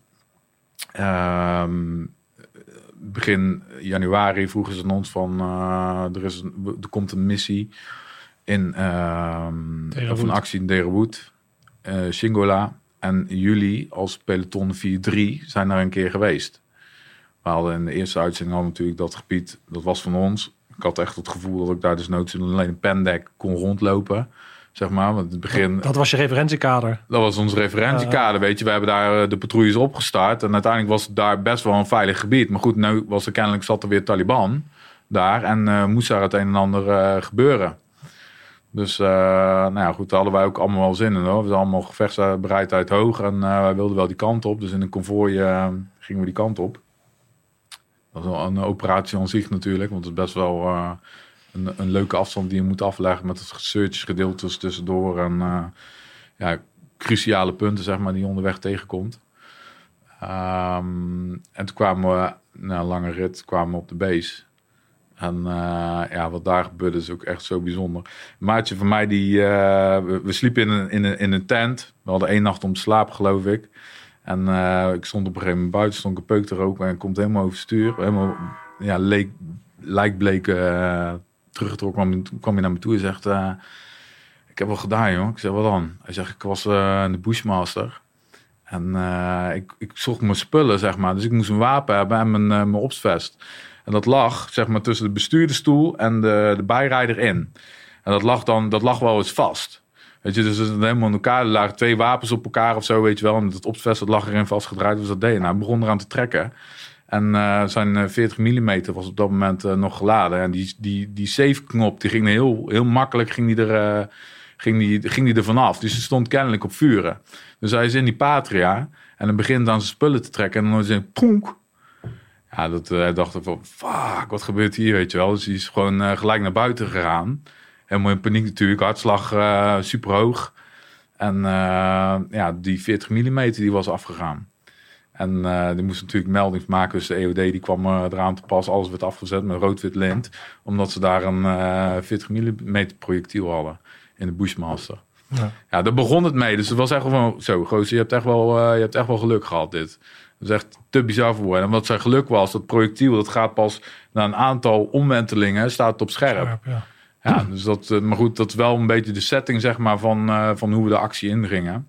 begin januari vroegen ze aan ons van... er komt een missie in... of een actie in Derawood. Shingola. En jullie als peloton 4-3 zijn daar een keer geweest. We hadden in de eerste uitzending al natuurlijk dat gebied... Dat was van ons. Ik had echt het gevoel dat ik daar dus nooit alleen een pendek kon rondlopen... Zeg maar, want het begin... Dat was je referentiekader. Dat was ons referentiekader, weet je. We hebben daar de patrouilles opgestart. En uiteindelijk was het daar best wel een veilig gebied. Maar goed, nu zat er weer Taliban daar. En moest daar het een en ander gebeuren. Dus goed, daar hadden wij ook allemaal wel zin in. Hoor. We zijn allemaal gevechtsbereidheid hoog. En wij wilden wel die kant op. Dus in een konvooi gingen we die kant op. Dat was wel een operatie aan zich natuurlijk. Want het is best wel... Een leuke afstand die je moet afleggen met het researchgedeeltes tussendoor en cruciale punten zeg maar die je onderweg tegenkomt. En toen kwamen we na een lange rit op de base. En wat daar gebeurde is ook echt zo bijzonder. Een maatje van mij we sliepen in een tent. We hadden 1 nacht om te slapen geloof ik. En ik stond op een gegeven moment buiten, stond ik een peuk te roken en komt helemaal overstuur. Helemaal lijkbleek teruggetrokken, kwam hij naar me toe en zegt... ik heb wel gedaan, joh. Ik zeg, wat dan? Hij zegt, ik was de Bushmaster. En ik zocht mijn spullen, zeg maar. Dus ik moest een wapen hebben en mijn opsvest. En dat lag, zeg maar, tussen de bestuurdersstoel en de bijrijder in. En dat lag wel eens vast. Weet je, dus het helemaal in elkaar. Er lagen 2 wapens op elkaar of zo, weet je wel. En het opsvest, dat lag erin vastgedraaid. Dus dat deed je. Nou, hij begon eraan te trekken. En zijn 40 mm was op dat moment nog geladen. En die save-knop, die ging heel, heel makkelijk ging die er vanaf. Dus ze stond kennelijk op vuren. Dus hij is in die Patria. En dan begint aan zijn spullen te trekken. En dan is hij pronk. Ja, hij dacht van, fuck, wat gebeurt hier, weet je wel. Dus hij is gewoon gelijk naar buiten gegaan. Helemaal in paniek natuurlijk. Hartslag super hoog. En die 40 mm die was afgegaan. En die moest natuurlijk melding maken. Dus de EOD die kwam eraan te pas. Alles werd afgezet met rood-wit lint. Omdat ze daar een 40 mm projectiel hadden. In de Bushmaster. Ja, daar begon het mee. Dus het was echt wel zo. Gozer, je hebt echt wel geluk gehad dit. Dat is echt te bizar voor woorden. En wat zijn geluk was, dat projectiel, dat gaat pas na een aantal omwentelingen, staat het op scherp. Ja, dus maar goed, dat is wel een beetje de setting, zeg maar, van hoe we de actie ingingen.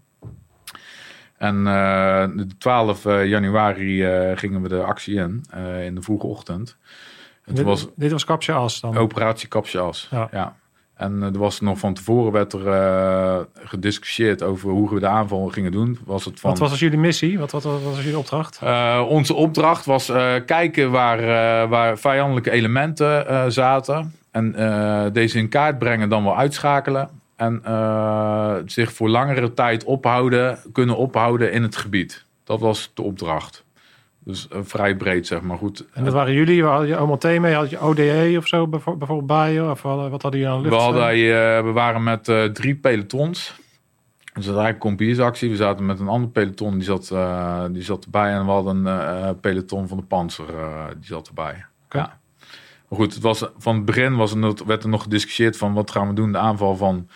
En de 12 januari gingen we de actie in de vroege ochtend. Dit was Kapsje As dan? Operatie Kapsje As, ja. En er was nog van tevoren werd er gediscussieerd over hoe we de aanval gingen doen. Wat was jullie missie? Wat was jullie opdracht? Onze opdracht was kijken waar vijandelijke elementen zaten. En deze in kaart brengen, dan wel uitschakelen. En zich voor langere tijd kunnen ophouden in het gebied. Dat was de opdracht. Dus vrij breed, zeg maar. Goed. En dat waren jullie? Had je OMT mee? Had je ODE of zo bijvoorbeeld bij je? Of wat hadden jullie aan de lucht? We waren met 3 pelotons. Dus dat was eigenlijk een compagniesactie. We zaten met een ander peloton, die zat erbij. En we hadden een peloton van de Panzer, die zat erbij. Okay. Ja. Maar goed, van het begin werd er nog gediscussieerd van wat gaan we doen. De aanval van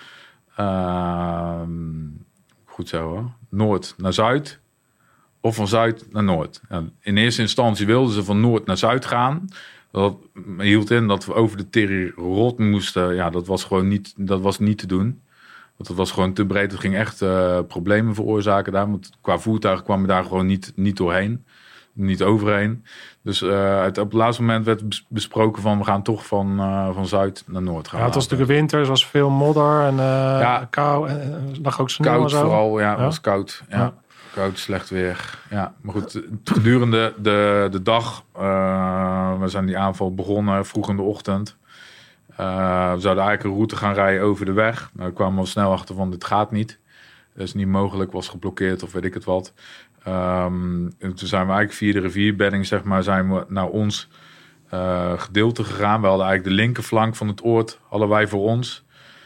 goed zo hoor, Noord naar Zuid. Of van Zuid naar Noord. In eerste instantie wilden ze van Noord naar Zuid gaan. Dat hield in dat we over de Terrorot moesten. Ja, dat was niet te doen. Want dat was gewoon te breed. Het ging echt problemen veroorzaken daar. Want qua voertuig kwam je daar gewoon niet doorheen. niet overheen. Dus op het laatste moment werd besproken van we gaan toch van zuid naar noord gaan. Ja, het was natuurlijk winter, er was veel modder en kou. En lag ook sneeuw koud en zo. Vooral, het was koud. Ja. Koud, slecht weer. Ja, maar goed, gedurende de dag, we zijn die aanval begonnen vroeg in de ochtend. We zouden eigenlijk een route gaan rijden over de weg. Nou, kwamen we al snel achter van dit gaat niet. Dat is niet mogelijk, was geblokkeerd of weet ik het wat. En toen zijn we eigenlijk via de rivierbedding, zeg maar, zijn we naar ons gedeelte gegaan. We hadden eigenlijk de linkerflank van het oord, hadden wij voor ons.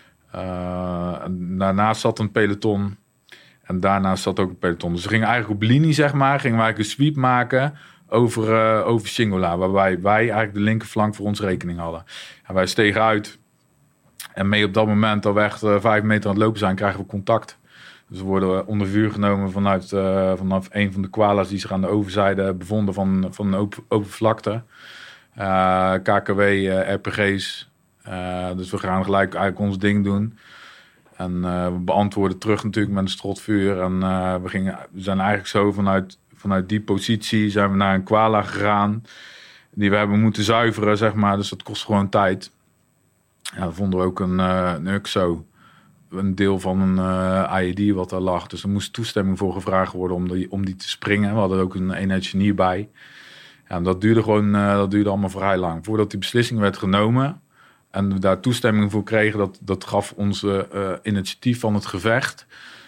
Daarnaast zat een peloton. En daarnaast zat ook een peloton. Dus we gingen eigenlijk op linie, zeg maar, gingen we eigenlijk een sweep maken over Singola. Waarbij wij eigenlijk de linkerflank voor ons rekening hadden. En wij stegen uit. En mee op dat moment, dat we echt 5 meter aan het lopen zijn, krijgen we contact. Dus we worden onder vuur genomen vanaf een van de koala's die zich aan de overzijde bevonden van een open vlakte. KKW, RPG's. Dus we gaan gelijk eigenlijk ons ding doen. En we beantwoorden terug natuurlijk met een strotvuur. En we zijn eigenlijk zo vanuit die positie zijn we naar een koala gegaan. Die we hebben moeten zuiveren, zeg maar. Dus dat kost gewoon tijd. Ja, dan vonden we ook een UXO. Een deel van een IED wat daar lag. Dus er moest toestemming voor gevraagd worden om die te springen. We hadden ook een engineer bij. Ja, en dat duurde allemaal vrij lang. Voordat die beslissing werd genomen en we daar toestemming voor kregen, dat gaf onze initiatief van het gevecht.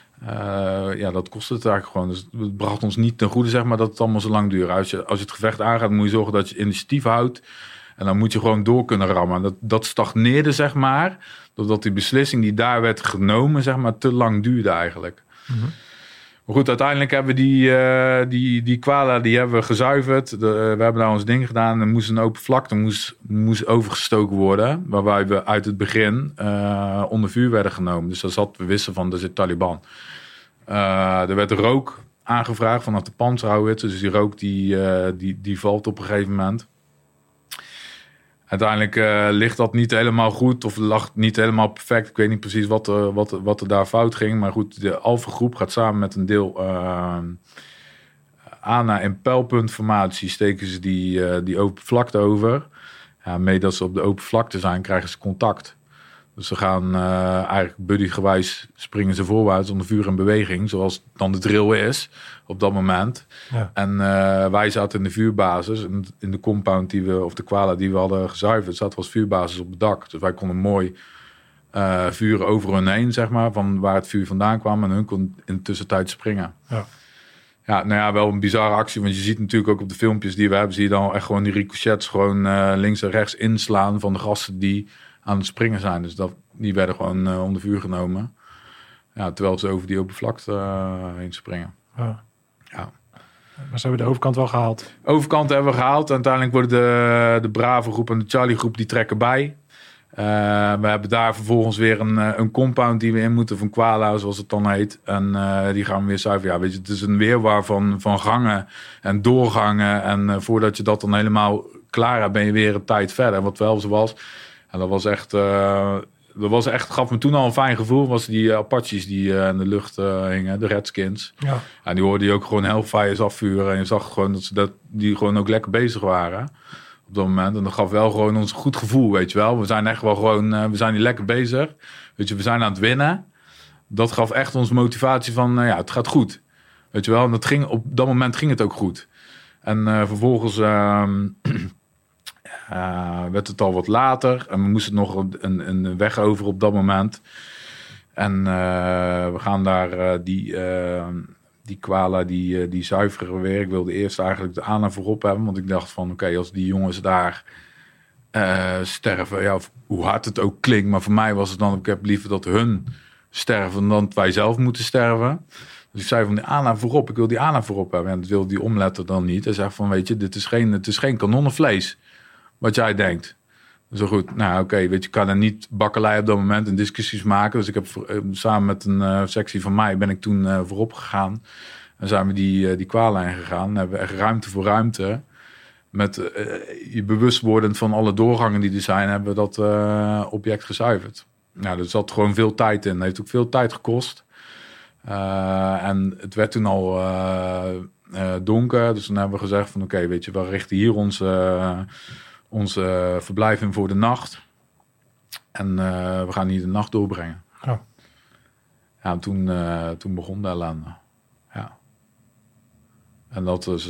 Dat kostte het eigenlijk gewoon. Dus het bracht ons niet ten goede, zeg maar, dat het allemaal zo lang duurde. Als je het gevecht aangaat, moet je zorgen dat je initiatief houdt. En dan moet je gewoon door kunnen rammen. Dat stagneerde, zeg maar, doordat die beslissing die daar werd genomen, zeg maar, te lang duurde eigenlijk. Mm-hmm. Maar goed, uiteindelijk hebben we die koala, die hebben we gezuiverd. We hebben daar ons ding gedaan. Er moest een open vlakte moest overgestoken worden. Waarbij we uit het begin onder vuur werden genomen. Dus we wisten van, er zit Taliban. Er werd rook aangevraagd vanaf de panzerhouwitsen. Dus die rook die valt op een gegeven moment. Uiteindelijk ligt dat niet helemaal goed of lag niet helemaal perfect. Ik weet niet precies wat er daar fout ging. Maar goed, de Alpha-groep gaat samen met een deel ANA en pijlpuntformatie steken ze die open vlakte over. Ja, mee dat ze op de open vlakte zijn, krijgen ze contact. Dus ze gaan eigenlijk buddygewijs springen ze voorwaarts onder vuur en beweging. Zoals dan de drill is op dat moment. Ja. En wij zaten in de vuurbasis. In de compound de koala die we hadden gezuiverd, zat als vuurbasis op het dak. Dus wij konden mooi vuren over hun heen, zeg maar. Van waar het vuur vandaan kwam. En hun kon in de tussentijd springen. Ja. Ja, nou ja, wel een bizarre actie. Want je ziet natuurlijk ook op de filmpjes die we hebben, zie je dan echt gewoon die ricochets gewoon links en rechts inslaan van de gasten die aan het springen zijn. Dus die werden gewoon onder vuur genomen. Ja, terwijl ze over die open vlakte heen springen. Ja. Maar ze hebben de overkant wel gehaald. Overkant hebben we gehaald. En uiteindelijk worden de Brave groep en de Charlie groep die trekken bij. We hebben daar vervolgens weer een compound die we in moeten van koala, zoals het dan heet. En die gaan we weer zuiveren. Ja, weet je, het is een weerwaar van gangen en doorgangen. En voordat je dat dan helemaal klaar hebt, ben je weer een tijd verder. Wat wel zo was. En dat was echt, gaf me toen al een fijn gevoel. Was die Apaches die in de lucht hingen, de Redskins. Ja. En die hoorde je ook gewoon hellfires afvuren. En je zag gewoon die gewoon ook lekker bezig waren op dat moment. En dat gaf wel gewoon ons goed gevoel, weet je wel. We zijn echt wel gewoon, we zijn hier lekker bezig. Weet je, we zijn aan het winnen. Dat gaf echt ons motivatie van, het gaat goed. Weet je wel, en op dat moment ging het ook goed. En vervolgens werd het al wat later. En we moesten nog een weg over op dat moment. En we gaan daar die koala, die zuiveren weer. Ik wilde eerst eigenlijk de ANA voorop hebben. Want ik dacht van, oké, als die jongens daar sterven, ja, hoe hard het ook klinkt. Maar voor mij was het dan, ik heb liever dat hun sterven dan dat wij zelf moeten sterven. Dus ik zei van die ANA voorop, ik wil die ANA voorop hebben. En dat wilde die omletter dan niet. Hij zegt van, weet je, het is geen kanonnenvlees wat jij denkt. Zo goed, nou oké, weet je, kan er niet bakkelei op dat moment en discussies maken. Dus ik heb samen met een sectie van mij ben ik toen voorop gegaan. En zijn we die kwaallijn gegaan. En hebben we echt ruimte voor ruimte. Met je bewust wordend van alle doorgangen die er zijn, hebben we dat object gezuiverd. Nou, er zat gewoon veel tijd in. Het heeft ook veel tijd gekost. En het werd toen al donker. Dus toen hebben we gezegd van oké, weet je, we richten hier onze verblijf in voor de nacht. En we gaan hier de nacht doorbrengen. Oh. Ja, en toen begon de ellende. Ja. En dat is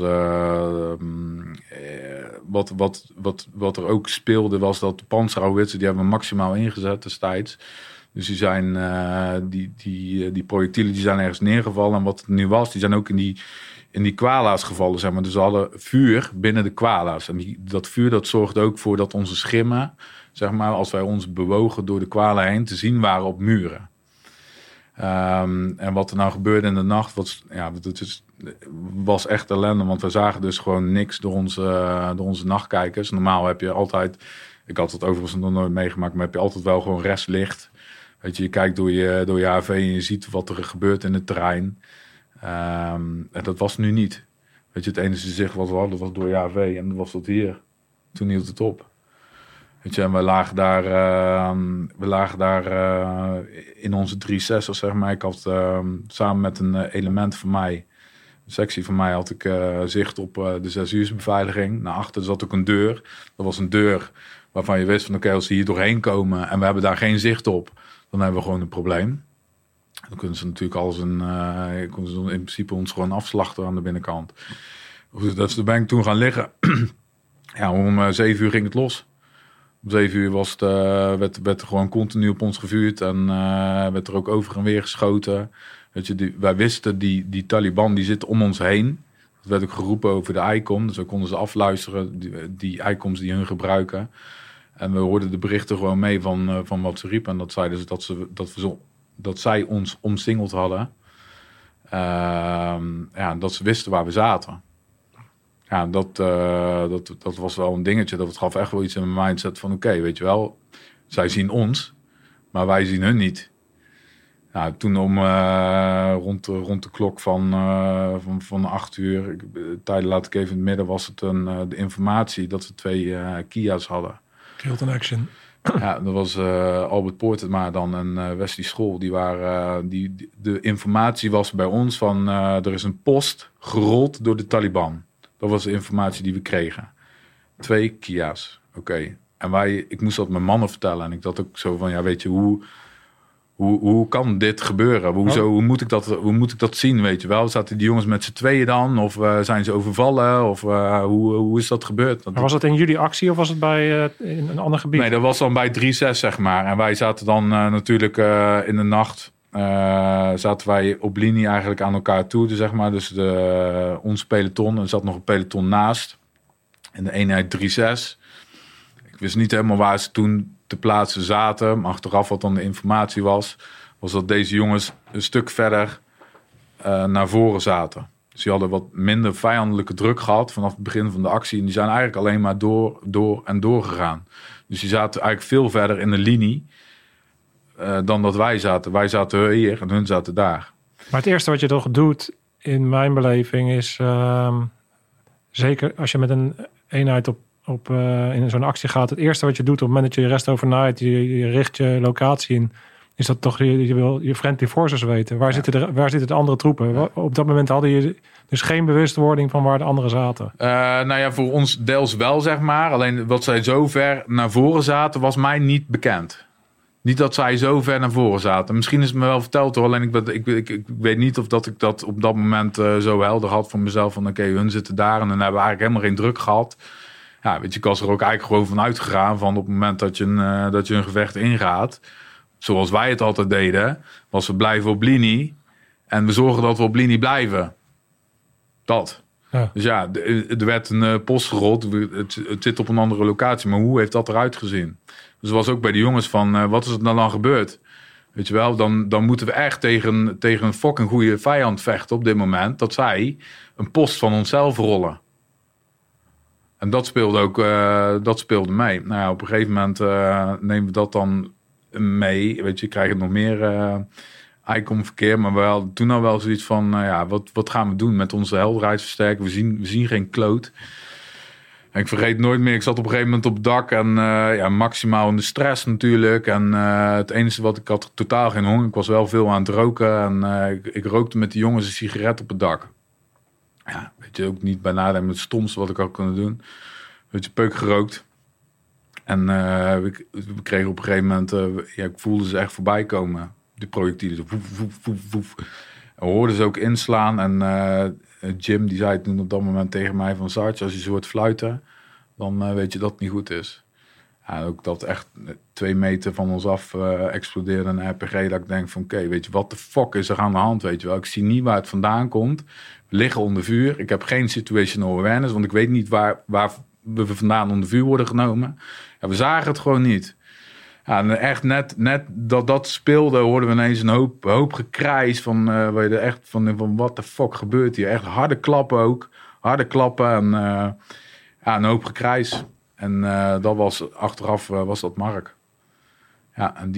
wat er ook speelde, was dat de panzerhauwitsen, die hebben we maximaal ingezet destijds. Dus die zijn die projectielen die zijn ergens neergevallen. En wat het nu was, die zijn ook in die kwala's gevallen, zeg maar. Dus we hadden vuur binnen de kwala's. En dat vuur dat zorgde ook voor dat onze schimmen, zeg maar, als wij ons bewogen door de kwalen heen, te zien waren op muren. En wat er nou gebeurde in de nacht, was echt ellende. Want we zagen dus gewoon niks door onze nachtkijkers. Normaal heb je altijd, ik had het overigens nog nooit meegemaakt, maar heb je altijd wel gewoon restlicht. Weet je kijkt door je AV en je ziet wat er gebeurt in het terrein. En dat was nu niet. Weet je, het enige zicht wat we hadden was door je AV en dat was tot hier. Toen hield het op. Weet je, en we lagen daar in onze 360, zeg maar. Ik had samen met een element van mij, een sectie van mij, had ik zicht op de 6-uursbeveiliging. Naar achter zat ook een deur. Dat was een deur waarvan je wist van oké, als ze hier doorheen komen en we hebben daar geen zicht op, dan hebben we gewoon een probleem. Dan kunnen ze natuurlijk in principe ons gewoon afslachten aan de binnenkant. Dus daar ben ik toen gaan liggen. Ja, om 7 uur ging het los. Om 7 uur werd er gewoon continu op ons gevuurd. En werd er ook over en weer geschoten. Weet je, wij wisten, die Taliban die zit om ons heen. Dat werd ook geroepen over de ICOM. Dus we konden ze afluisteren, die ICOM's die hun gebruiken. En we hoorden de berichten gewoon mee van wat ze riepen. En dat zeiden ze dat zij ons omsingeld hadden. Dat ze wisten waar we zaten. Ja, dat was wel een dingetje. Dat gaf echt wel iets in mijn mindset van oké, weet je wel. Zij zien ons, maar wij zien hun niet. Nou, toen rond de klok van 8 uur, tijden laat ik even in het midden, was het de informatie dat we 2 Kia's hadden. Killed in action. Ja, dat was Albert Poortema dan en Wesley School. De informatie was bij ons van er is een post gerold door de Taliban. Dat was de informatie die we kregen. 2 Kia's, oké. En ik moest dat mijn mannen vertellen. En ik dacht ook zo van, ja, weet je, hoe kan dit gebeuren? Hoe moet ik dat zien, weet je wel? Zaten die jongens met z'n tweeën dan? Of zijn ze overvallen? Of hoe is dat gebeurd? Maar was dat in jullie actie of was het bij in een ander gebied? Nee, dat was dan bij 3-6, zeg maar. En wij zaten dan natuurlijk in de nacht. Zaten wij op linie eigenlijk aan elkaar toe, zeg maar. Dus ons peloton, er zat nog een peloton naast. In de eenheid 3-6. Ik wist niet helemaal waar ze toen te plaatsen zaten. Maar achteraf wat dan de informatie was dat deze jongens een stuk verder naar voren zaten. Dus die hadden wat minder vijandelijke druk gehad vanaf het begin van de actie. En die zijn eigenlijk alleen maar door gegaan. Dus die zaten eigenlijk veel verder in de linie dan dat wij zaten. Wij zaten hier en hun zaten daar. Maar het eerste wat je toch doet, in mijn beleving, is zeker als je met een eenheid in zo'n actie gaat. Het eerste wat je doet op het moment dat je je rest overnight, je richt je locatie in, is dat toch je wil je friendly forces weten. Waar zitten de andere troepen? Ja. Op dat moment hadden je dus geen bewustwording van waar de anderen zaten. Voor ons deels wel, zeg maar. Alleen wat zij zo ver naar voren zaten, was mij niet bekend. Niet dat zij zo ver naar voren zaten. Misschien is het me wel verteld hoor. Alleen ik weet niet of dat ik dat op dat moment zo helder had voor mezelf. Van oké, hun zitten daar en dan hebben we eigenlijk helemaal geen druk gehad. Ja, weet je, ik was er ook eigenlijk gewoon van uitgegaan van op het moment dat je een gevecht ingaat. Zoals wij het altijd deden, was we blijven op linie. En we zorgen dat we op linie blijven. Dat. Ja. Dus ja, er werd een post gerold. Het zit op een andere locatie. Maar hoe heeft dat eruit gezien? Dus het was ook bij de jongens van, wat is er dan gebeurd? Weet je wel, dan moeten we echt tegen een fucking goede vijand vechten op dit moment. Dat zij een post van onszelf rollen. En dat speelde ook mee. Nou ja, op een gegeven moment nemen we dat dan mee. Weet je, krijg je nog meer ICOM-verkeer. Maar we hadden toen al wel zoiets van, wat gaan we doen met onze helderheidsversterker? We zien geen kloot. En ik vergeet nooit meer, ik zat op een gegeven moment op het dak en maximaal in de stress natuurlijk. En het enige wat ik had, totaal geen honger. Ik was wel veel aan het roken en ik rookte met de jongens een sigaret op het dak. Ja, weet je, ook niet bij nadenken met het stomste wat ik had kunnen doen. Weet je, peuk gerookt. En we kregen op een gegeven moment, ik voelde ze echt voorbij komen. Die projectielen. Woef, woef, woef, woef. En we hoorden ze ook inslaan. En Jim die zei toen op dat moment tegen mij van Sarge, als je zo hoort fluiten, dan weet je dat het niet goed is. Ja, ook dat echt 2 meter van ons af explodeerde een RPG. Dat ik denk van oké, weet je, wat de fuck is er aan de hand, weet je wel. Ik zie niet waar het vandaan komt. We liggen onder vuur. Ik heb geen situational awareness, want ik weet niet waar we vandaan onder vuur worden genomen. Ja, we zagen het gewoon niet. Ja, en echt net dat speelde, hoorden we ineens een hoop gekrijs van, waar je er echt van wat de fuck gebeurt hier. Echt harde klappen ook. Harde klappen en een hoop gekrijs. En dat was achteraf was dat Mark. Ja, en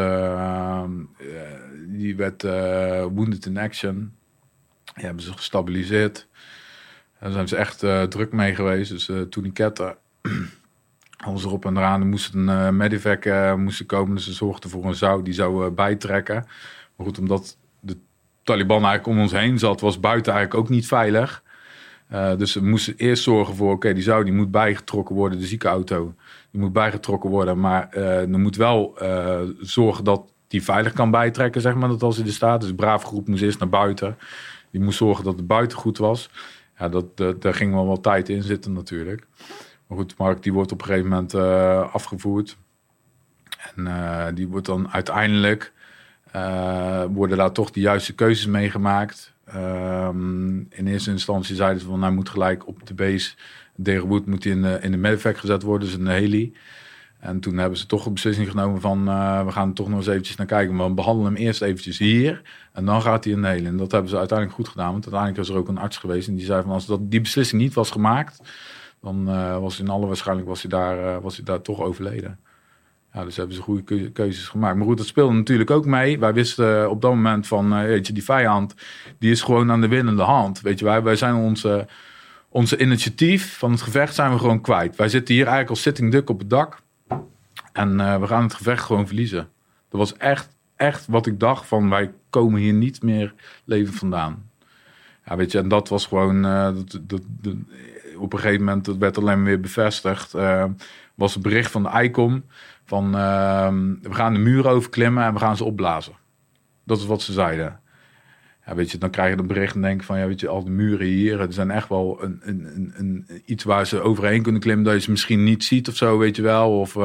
die werd wounded in action. Die hebben ze gestabiliseerd. Daar zijn ze echt druk mee geweest. Dus tourniquetten, alles erop en eraan. Er moest een medivac komen. Dus ze zorgden voor een zou. Die zou bijtrekken. Maar goed, omdat de Taliban eigenlijk om ons heen zat, was buiten eigenlijk ook niet veilig. Dus we moesten eerst zorgen voor, die moet bijgetrokken worden. De ziekenauto, die moet bijgetrokken worden. Maar er moet wel zorgen dat die veilig kan bijtrekken, zeg maar. Dat als hij er staat. Dus de brave groep moest eerst naar buiten. Die moest zorgen dat het buiten goed was. Ja, daar ging wel wat tijd in zitten natuurlijk. Maar goed, Mark die wordt op een gegeven moment afgevoerd. En die wordt dan uiteindelijk, worden daar toch de juiste keuzes meegemaakt. In eerste instantie zeiden ze van, hij moet gelijk op de base. Degerwood moet in de medevac gezet worden, dus in de heli. En toen hebben ze toch een beslissing genomen van, we gaan er toch nog eens eventjes naar kijken. Maar we behandelen hem eerst eventjes hier en dan gaat hij in de heli. En dat hebben ze uiteindelijk goed gedaan, want uiteindelijk is er ook een arts geweest. En die zei van, als die beslissing niet was gemaakt, dan was in alle waarschijnlijkheid was hij daar toch overleden. Ja, dus hebben ze goede keuzes gemaakt. Maar goed, dat speelde natuurlijk ook mee. Wij wisten op dat moment van, weet je, die vijand, die is gewoon aan de winnende hand. Weet je, wij zijn onze initiatief van het gevecht zijn we gewoon kwijt. Wij zitten hier eigenlijk als sitting duck op het dak. En we gaan het gevecht gewoon verliezen. Dat was echt wat ik dacht van, wij komen hier niet meer levend vandaan. Ja, weet je, en dat was gewoon, op een gegeven moment, dat werd alleen maar weer bevestigd. Was het bericht van de ICOM van, we gaan de muur overklimmen en we gaan ze opblazen. Dat is wat ze zeiden. Ja, weet je, dan krijg je een bericht en denk van, ja, weet je, al de muren hier, er zijn echt wel iets waar ze overheen kunnen klimmen, dat je ze misschien niet ziet of zo, weet je wel. Of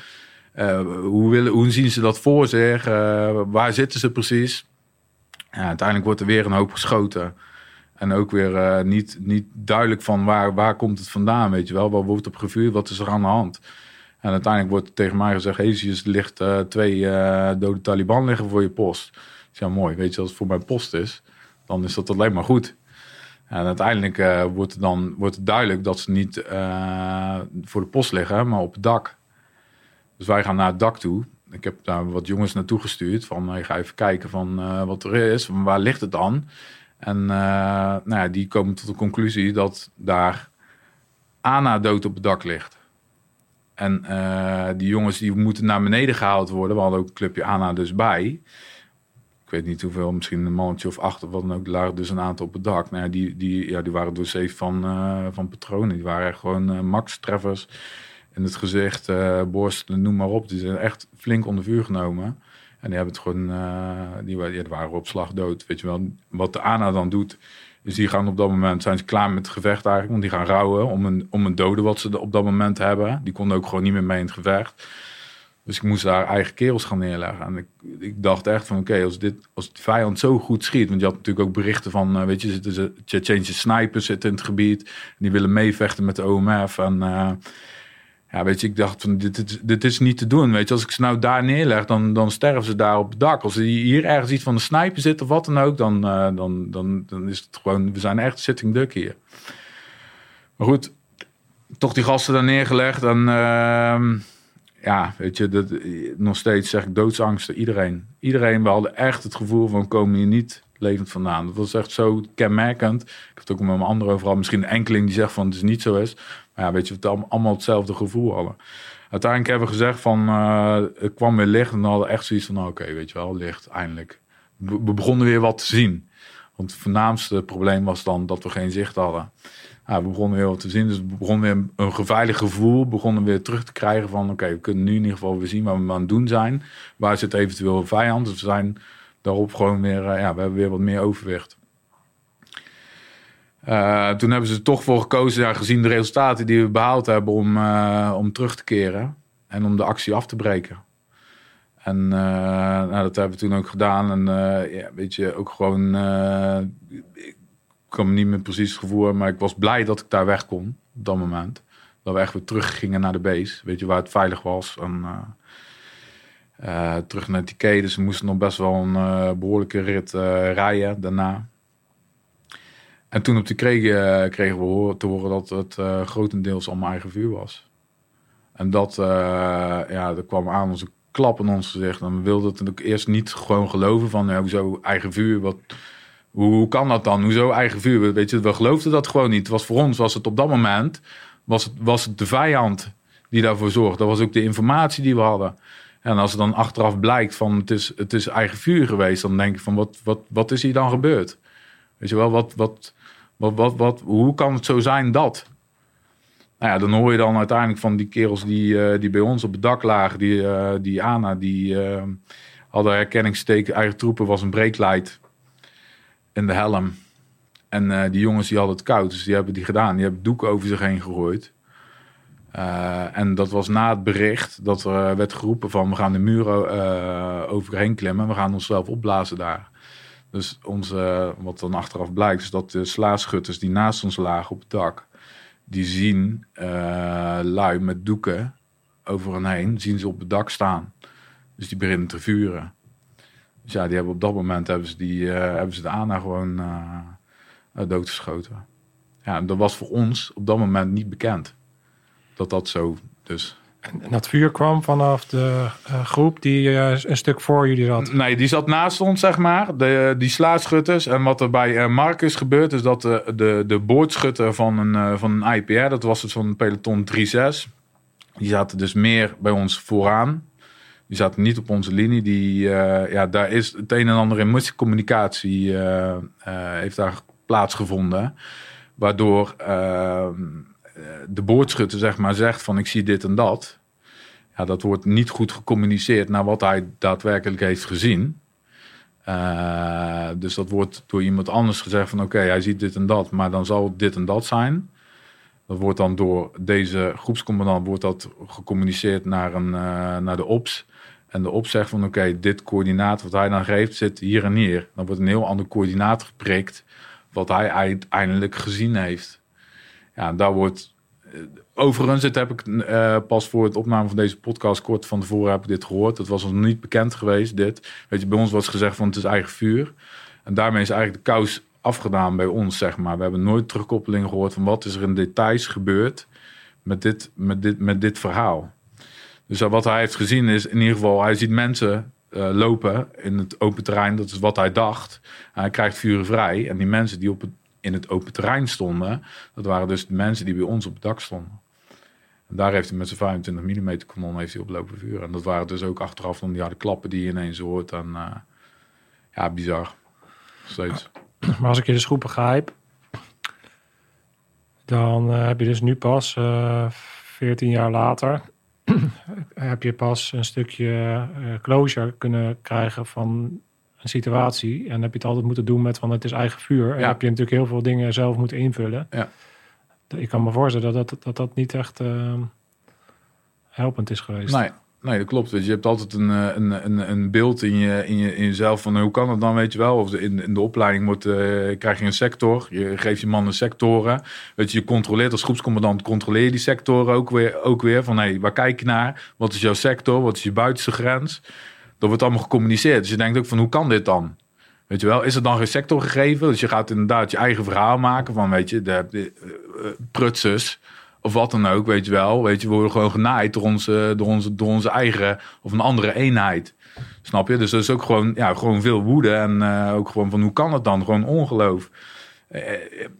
hoe zien ze dat voor zich? Waar zitten ze precies? Ja, uiteindelijk wordt er weer een hoop geschoten. En ook weer niet duidelijk van waar komt het vandaan, weet je wel. Waar wordt op gevuurd, wat is er aan de hand? En uiteindelijk wordt tegen mij gezegd, er ligt 2 dode Taliban liggen voor je post. Ja, mooi. Weet je, als het voor mijn post is, dan is dat alleen maar goed. En uiteindelijk wordt het duidelijk dat ze niet voor de post liggen, maar op het dak. Dus wij gaan naar het dak toe. Ik heb daar wat jongens naartoe gestuurd. Van, ga even kijken van wat er is. Van, waar ligt het dan? En die komen tot de conclusie dat daar Ana dood op het dak ligt. En die jongens die moeten naar beneden gehaald worden. We hadden ook een clubje Ana dus bij. Ik weet niet hoeveel, misschien een mannetje of 8 of wat dan ook. Er lagen dus een aantal op het dak. Nou ja, die waren doorzeefd van patronen. Die waren echt gewoon max-treffers in het gezicht, borst, noem maar op. Die zijn echt flink onder vuur genomen. En die hebben het gewoon, die waren op slag dood. Weet je wel, wat de ANA dan doet, is die gaan op dat moment, zijn ze klaar met het gevecht eigenlijk. Want die gaan rouwen om een dode wat ze op dat moment hebben. Die konden ook gewoon niet meer mee in het gevecht. Dus ik moest daar eigen kerels gaan neerleggen. En ik dacht echt van oké, als de vijand zo goed schiet. Want je had natuurlijk ook berichten van, weet je, Tsjetsjeense snipers zitten in het gebied. En die willen meevechten met de OMF. En ja, weet je, ik dacht van dit is niet te doen. Weet je, als ik ze nou daar neerleg, dan sterven ze daar op het dak. Als er hier ergens iets van de sniper zit of wat dan ook, dan is het gewoon, we zijn echt sitting duck hier. Maar goed, toch die gasten daar neergelegd. En ja, weet je, nog steeds zeg ik doodsangsten. Iedereen, we hadden echt het gevoel van, komen hier niet levend vandaan. Dat was echt zo kenmerkend. Ik heb het ook met mijn anderen overal. Misschien een enkeling die zegt van, het is niet zo is. Maar ja, weet je, we allemaal hetzelfde gevoel hadden. Uiteindelijk hebben we gezegd van, het kwam weer licht. En dan hadden we echt zoiets van, oké, weet je wel, licht, eindelijk. We begonnen weer wat te zien. Want het voornaamste probleem was dan dat we geen zicht hadden. We begonnen weer wat te zien. Dus we begonnen weer een geveilig gevoel. We begonnen weer terug te krijgen van, oké, we kunnen nu in ieder geval weer zien wat we aan het doen zijn. Waar zit eventueel een vijand? Dus we zijn daarop gewoon weer, we hebben weer wat meer overwicht. Toen hebben ze er toch voor gekozen, gezien de resultaten die we behaald hebben, om terug te keren en om de actie af te breken. En dat hebben we toen ook gedaan. En weet je, ook gewoon, ik kan me niet meer precies het gevoel hebben, maar ik was blij dat ik daar weg kon op dat moment. Dat we echt weer terug gingen naar de base, weet je, waar het veilig was. En terug naar het IK, dus we moesten nog best wel een behoorlijke rit rijden daarna. En toen op de kregen we te horen dat het grotendeels allemaal eigen vuur was. En dat er kwam aan onze klap in ons gezicht. En we wilden het ook eerst niet gewoon geloven van, hoezo eigen vuur? Hoe kan dat dan? Hoezo eigen vuur? Weet je, we geloofden dat gewoon niet. Voor ons was het op dat moment was het de vijand die daarvoor zorgde. Dat was ook de informatie die we hadden. En als het dan achteraf blijkt van het is eigen vuur geweest, dan denk ik van wat is hier dan gebeurd? Weet je wel, hoe kan het zo zijn dat? Nou ja, dan hoor je dan uiteindelijk van die kerels die bij ons op het dak lagen, die ANA, die hadden herkenningsteken, eigen troepen was een breeklight in de helm. En die jongens die hadden het koud, dus die hebben die gedaan. Die hebben doeken over zich heen gegooid. En dat was na het bericht dat er werd geroepen van, we gaan de muren overheen klimmen, we gaan onszelf opblazen daar. Dus wat dan achteraf blijkt, is dat de slaagschutters die naast ons lagen op het dak, die zien lui met doeken over hen heen, zien ze op het dak staan. Dus die beginnen te vuren. Dus ja, die hebben op dat moment hebben ze de ANA gewoon doodgeschoten. Ja, dat was voor ons op dat moment niet bekend. Dat zo dus. En dat vuur kwam vanaf de groep die een stuk voor jullie zat? Nee, die zat naast ons, zeg maar. Die slaagschutters. En wat er bij Mark is gebeurd, is dat de boordschutter van een IPR, dat was dus van peloton 3-6, die zaten dus meer bij ons vooraan. Die zaten niet op onze linie. Daar is het een en ander in miscommunicatie heeft daar plaatsgevonden. Waardoor de boordschutter, zeg maar, zegt van, ik zie dit en dat. Ja, dat wordt niet goed gecommuniceerd naar wat hij daadwerkelijk heeft gezien. Dus dat wordt door iemand anders gezegd van, oké, hij ziet dit en dat, maar dan zal het dit en dat zijn. Dat wordt dan door deze groepscommandant wordt dat gecommuniceerd naar de ops. En de ops zegt van, oké, dit coördinaat wat hij dan geeft zit hier en hier. Dan wordt een heel ander coördinaat geprikt wat hij uiteindelijk gezien heeft. Ja, daar wordt... Overigens, dit heb ik pas voor het opname van deze podcast kort van tevoren heb ik dit gehoord. Dat was ons niet bekend geweest, dit. Weet je, bij ons was gezegd van, het is eigen vuur. En daarmee is eigenlijk de kous afgedaan bij ons, zeg maar. We hebben nooit terugkoppeling gehoord van wat is er in details gebeurd met dit verhaal. Dus wat hij heeft gezien is in ieder geval, hij ziet mensen lopen in het open terrein. Dat is wat hij dacht. En hij krijgt vuren vrij. En die mensen die in het open terrein stonden, dat waren dus de mensen die bij ons op het dak stonden. En daar heeft hij met zijn 25 mm kanon heeft hij op lopen vuren. En dat waren dus ook achteraf van die harde klappen die je ineens hoort. En bizar. Steeds. Maar als ik je dus goed begrijp, dan heb je dus nu pas 14 jaar later heb je pas een stukje closure kunnen krijgen van een situatie. En heb je het altijd moeten doen met van het is eigen vuur. En heb je natuurlijk heel veel dingen zelf moeten invullen. Ja. Ik kan me voorstellen dat niet echt helpend is geweest. Nee, dat klopt. Je hebt altijd een beeld in jezelf van hoe kan het dan, weet je wel. Of in de opleiding krijg je een sector. Je geeft je mannen sectoren. Weet je controleert als groepscommandant, controleer je die sectoren ook weer. Van waar kijk je naar? Wat is jouw sector? Wat is je buitenste grens? Dat wordt allemaal gecommuniceerd. Dus je denkt ook van hoe kan dit dan? Weet je wel, is er dan geen sector gegeven? Dus je gaat inderdaad je eigen verhaal maken van, weet je, de prutsers of wat dan ook, weet je wel. Weet je, we worden gewoon genaaid door onze eigen of een andere eenheid. Snap je? Dus dat is ook gewoon veel woede en ook gewoon van hoe kan het dan? Gewoon ongeloof.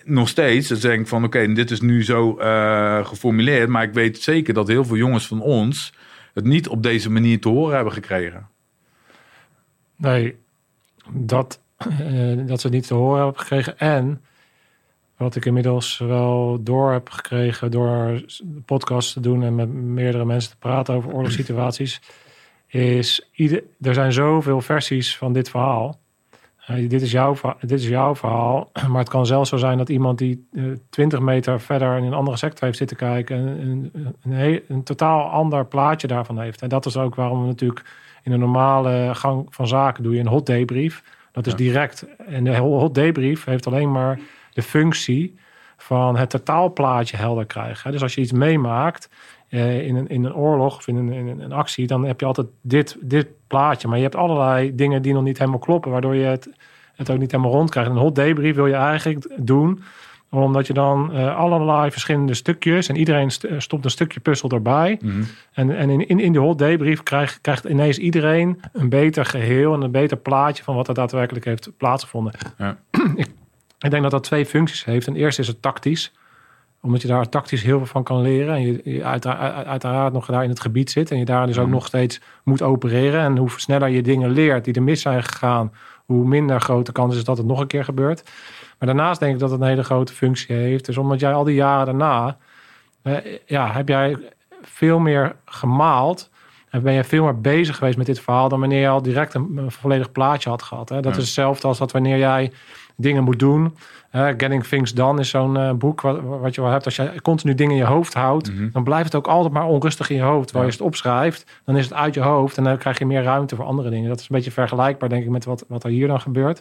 nog steeds denk ik van oké, dit is nu zo geformuleerd. Maar ik weet zeker dat heel veel jongens van ons het niet op deze manier te horen hebben gekregen. Nee, dat ze het niet te horen hebben gekregen. En wat ik inmiddels wel door heb gekregen door podcasts te doen en met meerdere mensen te praten over oorlogssituaties, is er zijn zoveel versies van dit verhaal. Dit is jouw verhaal, maar het kan zelfs zo zijn dat iemand die 20 meter verder in een andere sector heeft zitten kijken een totaal ander plaatje daarvan heeft. En dat is ook waarom we natuurlijk in een normale gang van zaken doe je een hot debrief. Dat is direct. En de hot debrief heeft alleen maar de functie van het totaalplaatje helder krijgen. Dus als je iets meemaakt in een oorlog of in een actie, dan heb je altijd dit plaatje. Maar je hebt allerlei dingen die nog niet helemaal kloppen, waardoor je het ook niet helemaal rond krijgt. Een hot debrief wil je eigenlijk doen, omdat je dan allerlei verschillende stukjes en iedereen stopt een stukje puzzel erbij. Mm-hmm. En in de hot debrief krijgt ineens iedereen een beter geheel en een beter plaatje van wat er daadwerkelijk heeft plaatsgevonden. Ja. Ik denk dat dat 2 functies heeft. En eerst is het tactisch, omdat je daar tactisch heel veel van kan leren. En je uiteraard nog daar in het gebied zit. En je daar dus ook nog steeds moet opereren. En hoe sneller je dingen leert die er mis zijn gegaan, hoe minder grote kans is dat het nog een keer gebeurt. Maar daarnaast denk ik dat het een hele grote functie heeft. Dus omdat jij al die jaren daarna, heb jij veel meer gemaald. En ben je veel meer bezig geweest met dit verhaal dan wanneer je al direct een volledig plaatje had gehad. Hè? Dat is hetzelfde als dat wanneer jij dingen moet doen. Getting Things Done is zo'n boek wat je wel hebt. Als je continu dingen in je hoofd houdt, dan blijft het ook altijd maar onrustig in je hoofd. Waar je het opschrijft, dan is het uit je hoofd en dan krijg je meer ruimte voor andere dingen. Dat is een beetje vergelijkbaar, denk ik, met wat er hier dan gebeurt.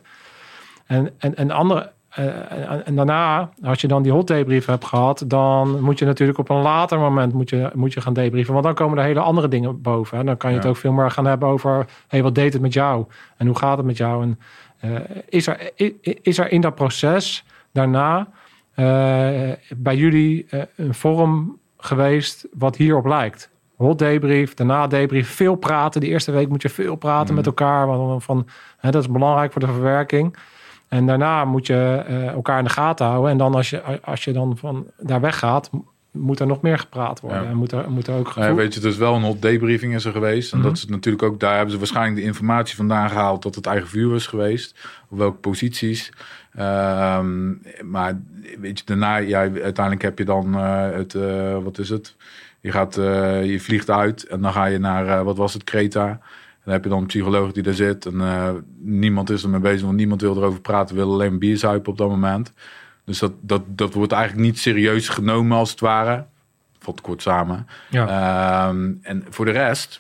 En daarna, als je dan die hot debrief hebt gehad, dan moet je natuurlijk op een later moment moet je gaan debriefen. Want dan komen er hele andere dingen boven. Hè. Dan kan je het ook veel meer gaan hebben over, wat deed het met jou? En hoe gaat het met jou? En is er in dat proces daarna bij jullie een vorm geweest wat hierop lijkt? Hot debrief, daarna debrief, veel praten. Die eerste week moet je veel praten met elkaar. Dat is belangrijk voor de verwerking. En daarna moet je elkaar in de gaten houden. En dan als je dan van daar weggaat, moet er nog meer gepraat worden. Ja. En moet er ook weet je, dus wel een hot debriefing is er geweest. En dat is natuurlijk ook, daar hebben ze waarschijnlijk de informatie vandaan gehaald dat het eigen vuur was geweest. Op welke posities. Maar weet je, daarna, uiteindelijk heb je dan wat is het? Je vliegt uit en dan ga je naar, wat was het, Kreta. Dan heb je dan een psycholoog die daar zit. En niemand is er mee bezig, want niemand wil erover praten. Wil alleen bier zuipen op dat moment. Dus dat wordt eigenlijk niet serieus genomen als het ware. Valt kort samen. Ja. En voor de rest,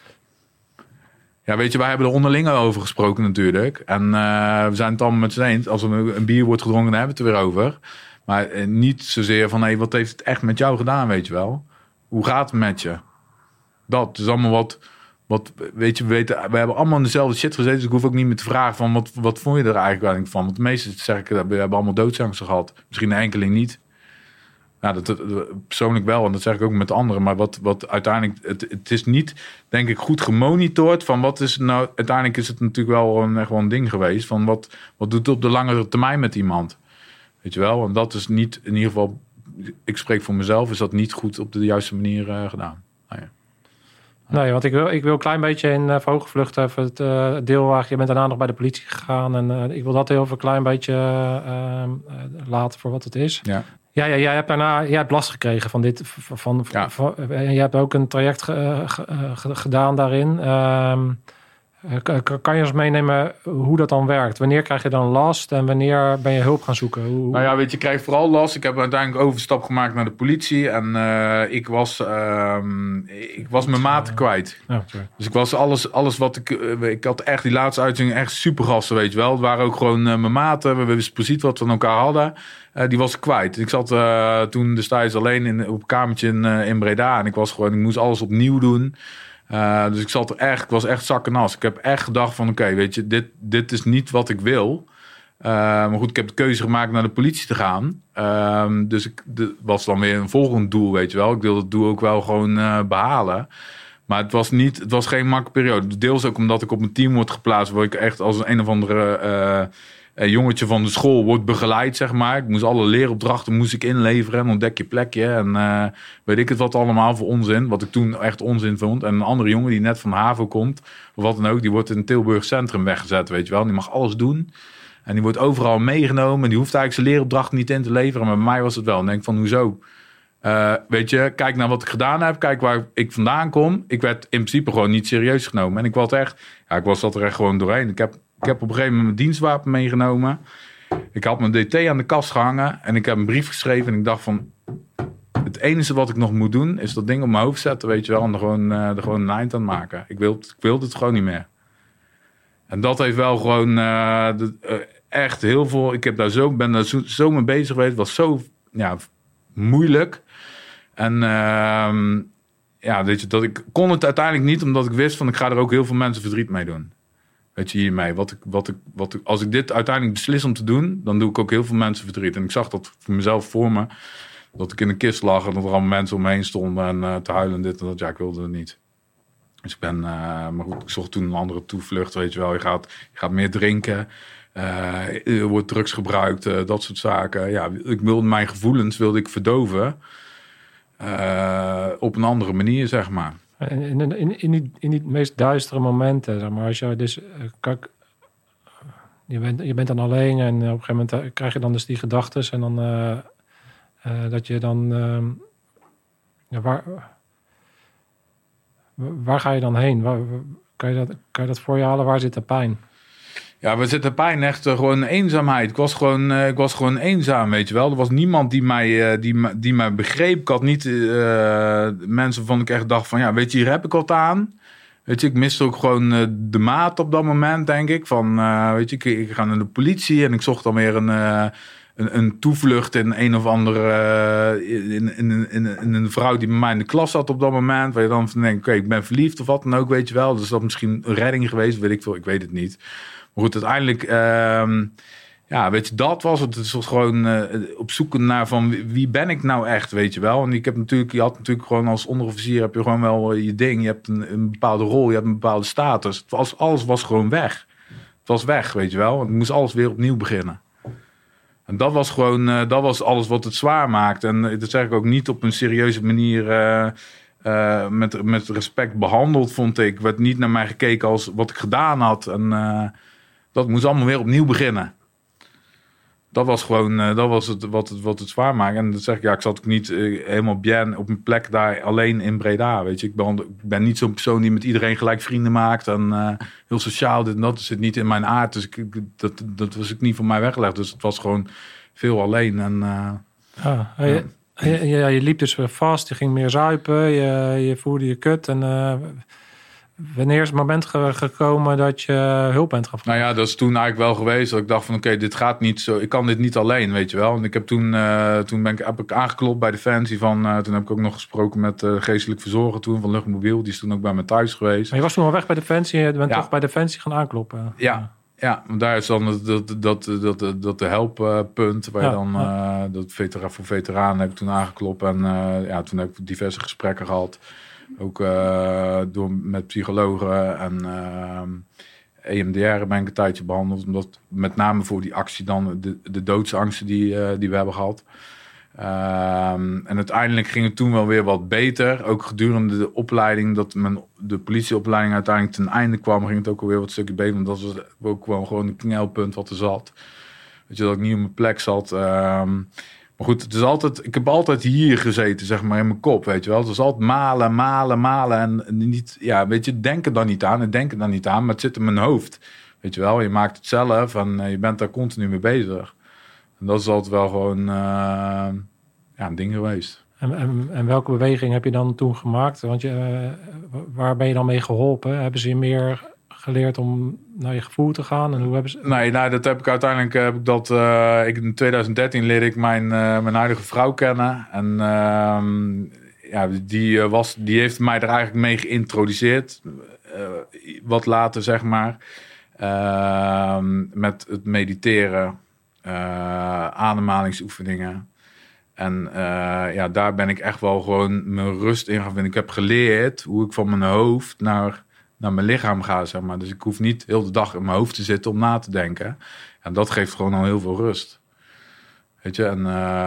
weet je, wij hebben er onderling over gesproken natuurlijk. En we zijn het allemaal met z'n eens. Als er een bier wordt gedronken, dan hebben we het er weer over. Maar niet zozeer van, wat heeft het echt met jou gedaan, weet je wel? Hoe gaat het met je? Dat is allemaal wat weet je, we hebben allemaal in dezelfde shit gezeten. Dus ik hoef ook niet meer te vragen van wat vond je er eigenlijk van? Want de meeste zeg ik, we hebben allemaal doodsangsten gehad. Misschien een enkeling niet. Nou, dat persoonlijk wel. En dat zeg ik ook met anderen. Maar wat uiteindelijk, het is niet, denk ik, goed gemonitord. Van wat is nou, uiteindelijk is het natuurlijk wel echt wel een ding geweest. Van wat doet het op de langere termijn met iemand? Weet je wel? En dat is niet, in ieder geval, ik spreek voor mezelf, is dat niet goed op de juiste manier gedaan. Nou ja. Nee, want ik wil een klein beetje in Vogelvlucht even het deel waar je bent daarna nog bij de politie gegaan. En ik wil dat heel even een klein beetje laten voor wat het is. Ja. Ja, jij hebt last gekregen van dit. En je hebt ook een traject gedaan daarin. Kan je ons meenemen hoe dat dan werkt? Wanneer krijg je dan last en wanneer ben je hulp gaan zoeken? Nou ja, weet je, krijg vooral last. Ik heb uiteindelijk overstap gemaakt naar de politie. En ik was mijn maten kwijt. Oh, dus ik was alles wat ik had echt die laatste uitzending echt super gasten, weet je wel. Het waren ook gewoon mijn maten. We wisten precies wat we van elkaar hadden. Die was ik kwijt. Ik zat toen destijds alleen op een kamertje in Breda. En ik moest alles opnieuw doen. Dus ik was echt zakkennas. Ik heb echt gedacht van oké, weet je, dit is niet wat ik wil. Maar goed, ik heb de keuze gemaakt naar de politie te gaan. Dus was dan weer een volgend doel, weet je wel. Ik wilde het doel ook wel gewoon behalen. Maar het was geen makkelijke periode. Deels ook omdat ik op een team word geplaatst, waar ik echt als een of andere Een jongetje van de school wordt begeleid, zeg maar. Ik moest alle leeropdrachten inleveren en ontdek je plekje. En weet ik het wat allemaal voor onzin. Wat ik toen echt onzin vond. En een andere jongen die net van de HAVO komt, of wat dan ook, die wordt in het Tilburg Centrum weggezet, weet je wel. Die mag alles doen. En die wordt overal meegenomen. Die hoeft eigenlijk zijn leeropdracht niet in te leveren. Maar bij mij was het wel. En denk van, hoezo? Weet je, kijk naar wat ik gedaan heb. Kijk waar ik vandaan kom. Ik werd in principe gewoon niet serieus genomen. En ik was echt, zat er echt gewoon doorheen. Ik heb op een gegeven moment mijn dienstwapen meegenomen. Ik had mijn DT aan de kast gehangen. En ik heb een brief geschreven. En ik dacht van, het enige wat ik nog moet doen, is dat ding op mijn hoofd zetten, weet je wel. En er gewoon een eind aan maken. Ik wilde het gewoon niet meer. En dat heeft wel gewoon echt heel veel. Ik heb ben daar zo mee bezig geweest. Het was zo moeilijk. En weet je, dat ik kon het uiteindelijk niet, omdat ik wist van, ik ga er ook heel veel mensen verdriet mee doen. Weet je, hiermee. Als ik dit uiteindelijk beslis om te doen, dan doe ik ook heel veel mensen verdriet. En ik zag dat voor mezelf voor me. Dat ik in een kist lag en dat er allemaal mensen om me heen stonden en te huilen en dit en dat. Ja, ik wilde het niet. Dus maar goed, ik zocht toen een andere toevlucht, weet je wel. Je gaat meer drinken, er wordt drugs gebruikt, dat soort zaken. Ja, mijn gevoelens wilde ik verdoven op een andere manier, zeg maar. In die meest duistere momenten, zeg maar, als je dus, kijk, je bent dan alleen en op een gegeven moment krijg je dan dus die gedachtes en dan dat je dan, waar ga je dan heen? Kan je dat voor je halen? Waar zit de pijn? Ja, we zitten pijn echt gewoon eenzaamheid. Ik was gewoon eenzaam, weet je wel. Er was niemand die mij begreep. Ik had niet mensen waarvan ik echt dacht van, ja, weet je, hier heb ik wat aan. Weet je, ik miste ook gewoon de maat op dat moment, denk ik. Van, weet je, ik ga naar de politie en ik zocht dan weer een toevlucht in een of andere in een vrouw die bij mij in de klas zat op dat moment. Waar je dan van denkt, oké, ik ben verliefd of wat dan ook, weet je wel. Dus dat misschien een redding geweest, weet ik veel. Ik weet het niet. Maar goed, uiteindelijk, weet je, dat was het. Het was gewoon op zoek naar van wie ben ik nou echt, weet je wel. En je had natuurlijk gewoon als onderofficier heb je gewoon wel je ding. Je hebt een bepaalde rol, je hebt een bepaalde status. Alles was gewoon weg. Het was weg, weet je wel. Want ik moest alles weer opnieuw beginnen. En dat was gewoon, dat was alles wat het zwaar maakte. En dat zeg ik ook niet op een serieuze manier met respect behandeld, vond ik. Er werd niet naar mij gekeken als wat ik gedaan had. En dat moest allemaal weer opnieuw beginnen. Dat was gewoon, dat was het wat het zwaar maakte. En dat zeg ik, ik zat ook niet helemaal bien op een plek daar alleen in Breda, weet je. Ik ben niet zo'n persoon die met iedereen gelijk vrienden maakt en heel sociaal, dit en dat zit niet in mijn aard. Dus dat was ook niet van mij weggelegd. Dus het was gewoon veel alleen. En, je liep dus weer vast, je ging meer zuipen, je voelde je kut en... Wanneer is het moment gekomen dat je hulp bent gaan vragen? Nou ja, dat is toen eigenlijk wel geweest. Dat ik dacht van oké, dit gaat niet zo. Ik kan dit niet alleen, weet je wel. En ik heb toen heb ik aangeklopt bij Defensie. Toen heb ik ook nog gesproken met de geestelijk verzorger toen van Luchtmobiel. Die is toen ook bij me thuis geweest. Maar je was toen al weg bij Defensie. Je bent toch bij Defensie gaan aankloppen? Ja, want daar is dan dat de helppunt. Waar je dan voor veteranen heb ik toen aangeklopt. En toen heb ik diverse gesprekken gehad. Ook met psychologen en EMDR ben ik een tijdje behandeld. Omdat met name voor die actie dan de doodsangsten die we hebben gehad. En uiteindelijk ging het toen wel weer wat beter. Ook gedurende de opleiding, de politieopleiding uiteindelijk ten einde kwam, ging het ook alweer wat stukje beter. Want dat was ook wel gewoon een knelpunt wat er zat. Weet je, dat ik niet op mijn plek zat. Maar goed, het is altijd, ik heb altijd hier gezeten, zeg maar, in mijn kop, weet je wel. Het is altijd malen en niet, weet je, denk er dan niet aan, maar het zit in mijn hoofd, weet je wel. Je maakt het zelf en je bent daar continu mee bezig. En dat is altijd wel gewoon een ding geweest. En welke beweging heb je dan toen gemaakt? Want waar ben je dan mee geholpen? Hebben ze je meer geleerd om naar je gevoel te gaan? En hoe hebben ze... Nee, dat heb ik uiteindelijk... in 2013 leerde ik mijn huidige vrouw kennen. En die heeft mij er eigenlijk mee geïntroduceerd. Wat later, zeg maar. Met het mediteren. Ademhalingsoefeningen. En daar ben ik echt wel gewoon mijn rust in gaan vinden. Ik heb geleerd hoe ik van mijn hoofd naar naar mijn lichaam ga, zeg maar. Dus ik hoef niet heel de dag in mijn hoofd te zitten om na te denken. En dat geeft gewoon al heel veel rust. Weet je, en...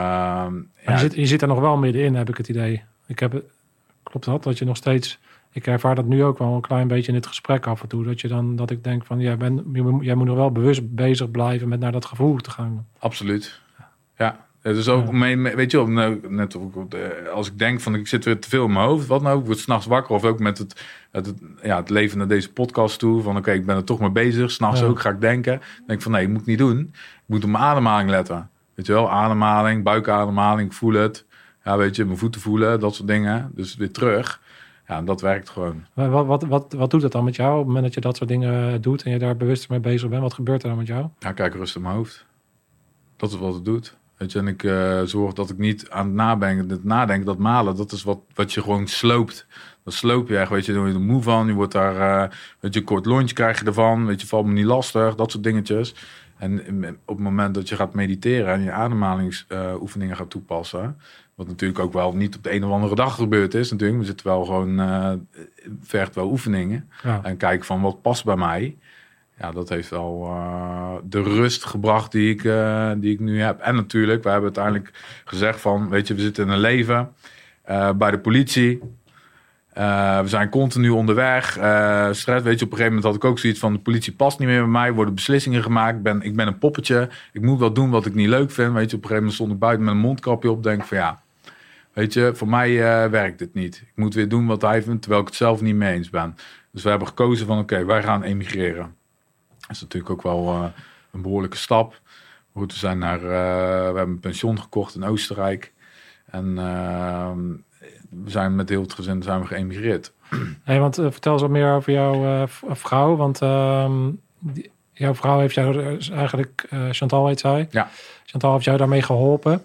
je zit er nog wel middenin, heb ik het idee. Klopt dat je nog steeds... Ik ervaar dat nu ook wel een klein beetje in het gesprek af en toe. Dat ik denk van, jij moet nog wel bewust bezig blijven met naar dat gevoel te gaan. Absoluut. Ja. Dus ook weet je wel, net als ik denk van ik zit weer te veel in mijn hoofd, wat nou? Ik word 's nachts wakker of ook met het leven naar deze podcast toe. Van oké, ik ben er toch mee bezig. 's Nachts ook ga ik denken. Dan denk ik van nee, ik moet niet doen. Ik moet op mijn ademhaling letten. Weet je wel, ademhaling, buikademhaling, ik voel het. Ja, weet je, mijn voeten voelen, dat soort dingen. Dus weer terug. Ja, dat werkt gewoon. Wat doet het dan met jou op het moment dat je dat soort dingen doet en je daar bewust mee bezig bent? Wat gebeurt er dan met jou? Ja, kijk, rust in mijn hoofd. Dat is wat het doet. Weet je, en ik zorg dat ik niet aan het nadenken, dat malen, dat is wat je gewoon sloopt. Dat sloop je echt, weet je, daar word je er moe van. Je wordt daar, weet je, een kort lontje krijg je ervan. Weet je, valt me niet lastig, dat soort dingetjes. En op het moment dat je gaat mediteren en je ademhalingsoefeningen gaat toepassen, wat natuurlijk ook wel niet op de een of andere dag gebeurd is natuurlijk. We zitten wel gewoon, vergt wel oefeningen. Ja. En kijken van wat past bij mij. Ja, dat heeft wel de rust gebracht die ik nu heb. En natuurlijk, we hebben uiteindelijk gezegd van, weet je, we zitten in een leven bij de politie. We zijn continu onderweg. Stress, weet je, op een gegeven moment had ik ook zoiets van, de politie past niet meer bij mij. Er worden beslissingen gemaakt. Ik ben een poppetje. Ik moet wel doen wat ik niet leuk vind. Weet je, op een gegeven moment stond ik buiten met een mondkapje op. Denk van ja, weet je, voor mij werkt dit niet. Ik moet weer doen wat hij vindt, terwijl ik het zelf niet mee eens ben. Dus we hebben gekozen van oké, wij gaan emigreren. Dat is natuurlijk ook wel een behoorlijke stap. Goed, we hebben een pensioen gekocht in Oostenrijk. En we zijn met heel het gezin geëmigreerd. Hey, want vertel eens wat meer over jouw vrouw. Want jouw vrouw heeft jou eigenlijk, Chantal heet zij. Ja. Chantal heeft jou daarmee geholpen.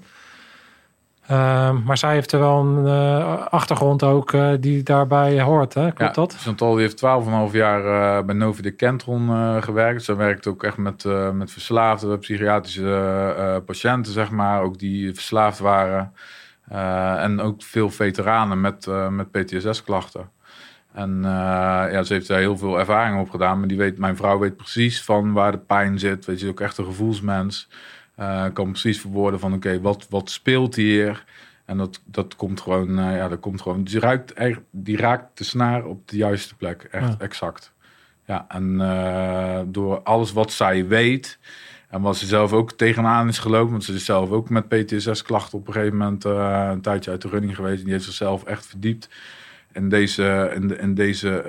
Maar zij heeft er wel een achtergrond ook die daarbij hoort, hè? Klopt dat? Chantal die heeft 12,5 jaar bij Novi de Kentron gewerkt. Ze werkt ook echt met verslaafde, psychiatrische patiënten, zeg maar. Ook die verslaafd waren. En ook veel veteranen met PTSS-klachten. En ze heeft daar heel veel ervaring op gedaan. Maar mijn vrouw weet precies van waar de pijn zit. Weet je, ook echt een gevoelsmens. Kan precies verwoorden van oké, wat speelt hier? En dat komt gewoon, dat komt gewoon. Die raakt de snaar op de juiste plek, echt exact. Ja, en door alles wat zij weet en wat ze zelf ook tegenaan is gelopen, want ze is zelf ook met PTSS-klachten op een gegeven moment een tijdje uit de running geweest. En die heeft zichzelf echt verdiept in deze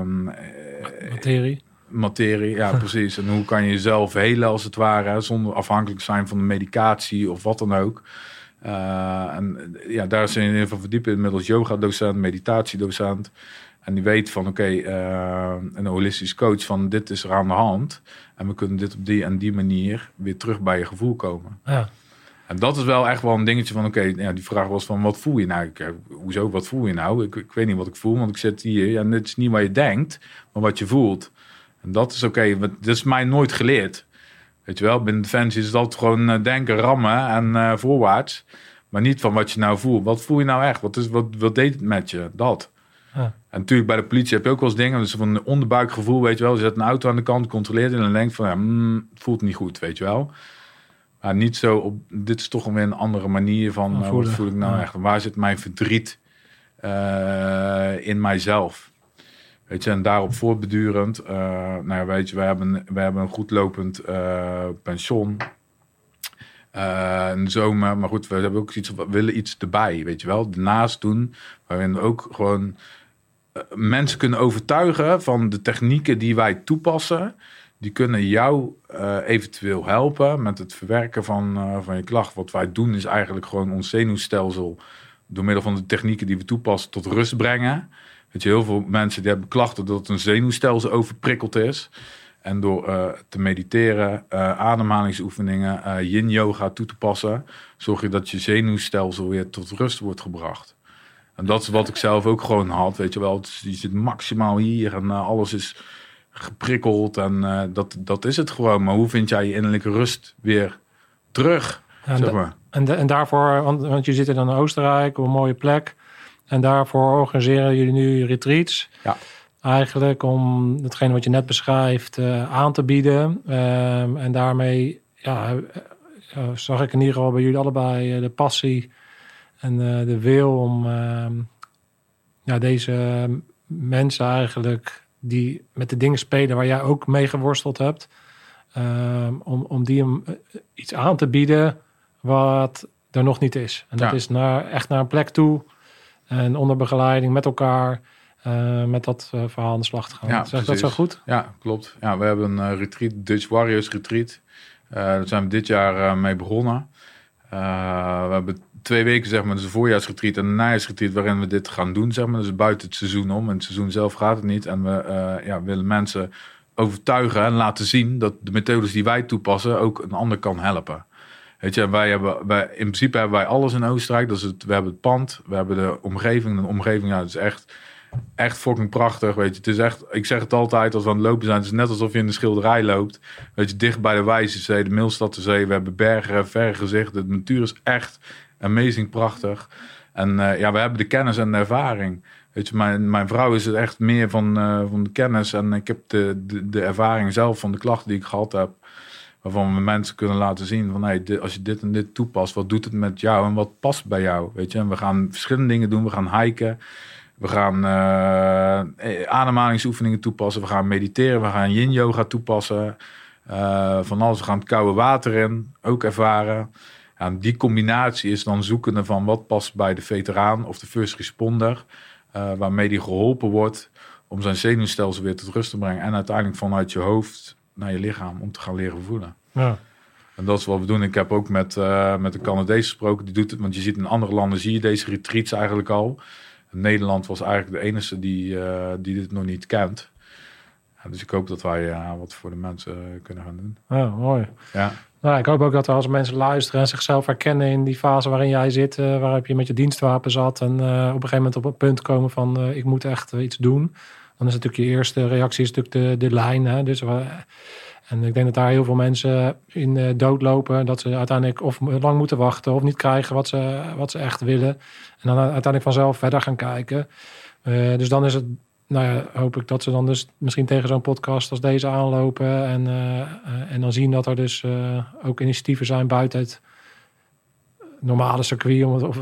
materie, ja, precies. En hoe kan je jezelf helen als het ware, zonder afhankelijk te zijn van de medicatie of wat dan ook. Daar is ze in ieder geval verdiept, inmiddels yoga-docent, meditatiedocent. En die weet van een holistisch coach van dit is er aan de hand. En we kunnen dit op die en die manier weer terug bij je gevoel komen. Ja. En dat is wel echt wel een dingetje van die vraag was van wat voel je nou? Hoezo, wat voel je nou? Ik weet niet wat ik voel, want ik zit hier. En dit is niet wat je denkt, maar wat je voelt. En dat is dat is mij nooit geleerd. Weet je wel, binnen Defensie is dat gewoon denken, rammen en voorwaarts. Maar niet van wat je nou voelt. Wat voel je nou echt? Wat deed het met je? Dat. Ja. En natuurlijk bij de politie heb je ook wel eens dingen. Dus van een onderbuikgevoel, weet je wel. Je zet een auto aan de kant, controleert en dan denkt van het voelt niet goed, weet je wel. Maar niet zo dit is toch weer een andere manier van wat voel ik nou echt? Waar zit mijn verdriet in mijzelf? Weet je, en daarop voortbedurend, weet je, we hebben een goed lopend pension in de zomer. Maar goed, we hebben ook we willen iets erbij, weet je wel. Daarnaast doen, waarin we ook gewoon mensen kunnen overtuigen van de technieken die wij toepassen. Die kunnen jou eventueel helpen met het verwerken van je klacht. Wat wij doen is eigenlijk gewoon ons zenuwstelsel door middel van de technieken die we toepassen tot rust brengen. Weet je, heel veel mensen die hebben klachten dat een zenuwstelsel overprikkeld is. En door te mediteren, ademhalingsoefeningen, yin yoga toe te passen, zorg je dat je zenuwstelsel weer tot rust wordt gebracht. En dat is wat ik zelf ook gewoon had, weet je wel. Je zit maximaal hier en alles is geprikkeld en dat is het gewoon. Maar hoe vind jij je innerlijke rust weer terug? Ja, zeg maar. En daarvoor, want je zit dan in Oostenrijk op een mooie plek. En daarvoor organiseren jullie nu retreats. Ja. eigenlijk om hetgene wat je net beschrijft aan te bieden. En daarmee zag ik in ieder geval bij jullie allebei de passie en de wil om deze mensen eigenlijk die met de dingen spelen waar jij ook mee geworsteld hebt, om die iets aan te bieden wat er nog niet is. En dat is echt naar een plek toe en onder begeleiding met elkaar met dat verhaal aan de slag te gaan. Ja, zeg ik dat zo goed? Ja, klopt. Ja, we hebben een retreat, Dutch Warriors Retreat. Daar zijn we dit jaar mee begonnen. We hebben 2 weken, zeg maar, dus een voorjaarsretreat en een najaarsretreat waarin we dit gaan doen, zeg maar. Dus buiten het seizoen om. En het seizoen zelf gaat het niet. En we willen mensen overtuigen en laten zien dat de methodes die wij toepassen ook een ander kan helpen. Weet je, in principe hebben wij alles in Oostenrijk. We hebben het pand, we hebben de omgeving. De omgeving, dat is echt fucking prachtig. Weet je, het is echt, ik zeg het altijd als we aan het lopen zijn, het is net alsof je in de schilderij loopt. Weet je, dicht bij de Wijzezee, de Milstadserzee. We hebben bergen, verre gezichten. De natuur is echt amazing prachtig. En we hebben de kennis en de ervaring. Weet je, mijn vrouw is het echt meer van de kennis. En ik heb de ervaring zelf van de klachten die ik gehad heb. Waarvan we mensen kunnen laten zien van als je dit en dit toepast, wat doet het met jou en wat past bij jou? Weet je, en we gaan verschillende dingen doen. We gaan hiken. We gaan ademhalingsoefeningen toepassen. We gaan mediteren. We gaan yin yoga toepassen. Van alles. We gaan het koude water in. Ook ervaren. Ja, die combinatie is dan zoekende van wat past bij de veteraan of de first responder. Waarmee die geholpen wordt om zijn zenuwstelsel weer tot rust te brengen. En uiteindelijk vanuit je hoofd naar je lichaam om te gaan leren voelen. Ja. En dat is wat we doen. Ik heb ook met een Canadees gesproken. Die doet het, want je ziet in andere landen zie je deze retreats eigenlijk al. Nederland was eigenlijk de enige die dit nog niet kent. Ja, dus ik hoop dat wij wat voor de mensen kunnen gaan doen. Oh, mooi. Ja. Nou, ik hoop ook dat als mensen luisteren en zichzelf herkennen in die fase waarin jij zit, waarop je met je dienstwapen zat en op een gegeven moment op een punt komen van ik moet echt iets doen. Dan is natuurlijk je eerste reactie is natuurlijk de lijn. Hè? Dus, en ik denk dat daar heel veel mensen in doodlopen. Dat ze uiteindelijk of lang moeten wachten of niet krijgen wat ze echt willen. En dan uiteindelijk vanzelf verder gaan kijken. Dus dan is het, hoop ik dat ze dan dus misschien tegen zo'n podcast als deze aanlopen. En dan zien dat er dus ook initiatieven zijn buiten het normale circuit.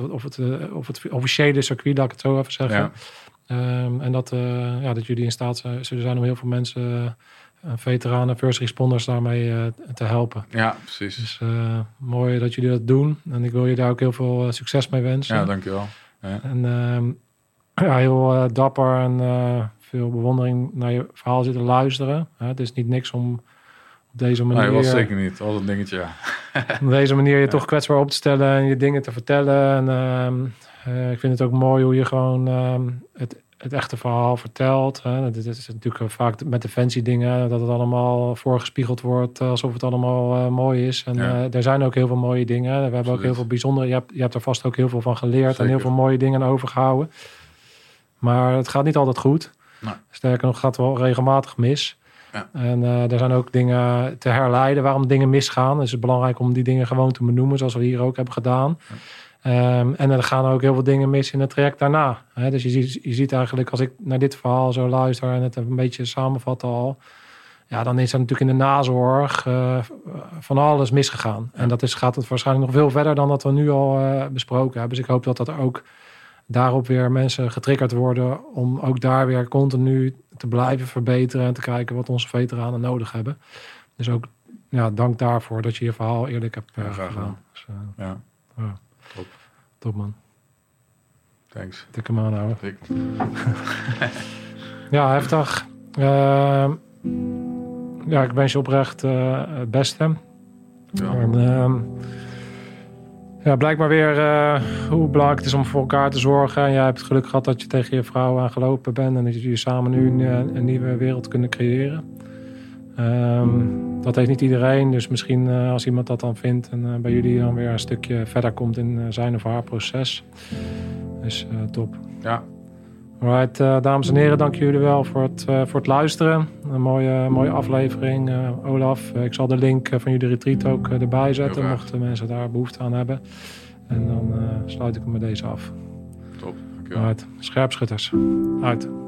Of het officiële circuit, laat ik het zo even zeggen. Ja. En dat jullie in staat zullen zijn om heel veel mensen, veteranen, first responders daarmee te helpen. Ja, precies. Dus mooi dat jullie dat doen. En ik wil je daar ook heel veel succes mee wensen. Ja, dankjewel. Ja. En heel dapper en veel bewondering naar je verhaal zitten luisteren. Het is niet niks om op deze manier... Nee, was zeker niet. Dat was een dingetje, ja. Op deze manier je toch kwetsbaar op te stellen en je dingen te vertellen. En ik vind het ook mooi hoe je gewoon het echte verhaal vertelt. Dit is natuurlijk vaak met defensiedingen, dat het allemaal voorgespiegeld wordt alsof het allemaal mooi is. En er zijn ook heel veel mooie dingen. We hebben ook heel veel bijzondere... Je hebt er vast ook heel veel van geleerd. Zeker. En heel veel mooie dingen overgehouden. Maar het gaat niet altijd goed. Nee. Sterker nog, gaat het wel regelmatig mis. Ja. En er zijn ook dingen te herleiden waarom dingen misgaan. Dus het is belangrijk om die dingen gewoon te benoemen, zoals we hier ook hebben gedaan. Ja. En er gaan ook heel veel dingen mis in het traject daarna. Dus je ziet eigenlijk, als ik naar dit verhaal zo luister en het een beetje samenvat al, ja, dan is er natuurlijk in de nazorg van alles misgegaan. Ja. En gaat het waarschijnlijk nog veel verder dan dat we nu al besproken hebben. Dus ik hoop dat er ook daarop weer mensen getriggerd worden om ook daar weer continu te blijven verbeteren en te kijken wat onze veteranen nodig hebben. Dus ook dank daarvoor dat je je verhaal eerlijk hebt gedaan. Dus, ja. Top man. Thanks. Tik hem aanhouden. Ja, heftig. Ik wens je oprecht het beste. Ja. En, blijkbaar weer hoe belangrijk het is om voor elkaar te zorgen. En jij hebt het geluk gehad dat je tegen je vrouw aangelopen bent en dat jullie samen nu een nieuwe wereld kunnen creëren. Dat heeft niet iedereen, dus misschien als iemand dat dan vindt en bij jullie dan weer een stukje verder komt in zijn of haar proces. Dus top. Ja. Alright, dames en heren, dank jullie wel voor het luisteren. Een mooie aflevering. Olaf, ik zal de link van jullie retreat ook erbij zetten, mochten mensen daar behoefte aan hebben. En dan sluit ik hem met deze af. Top, dankjewel. Alright, scherpschutters. Uit.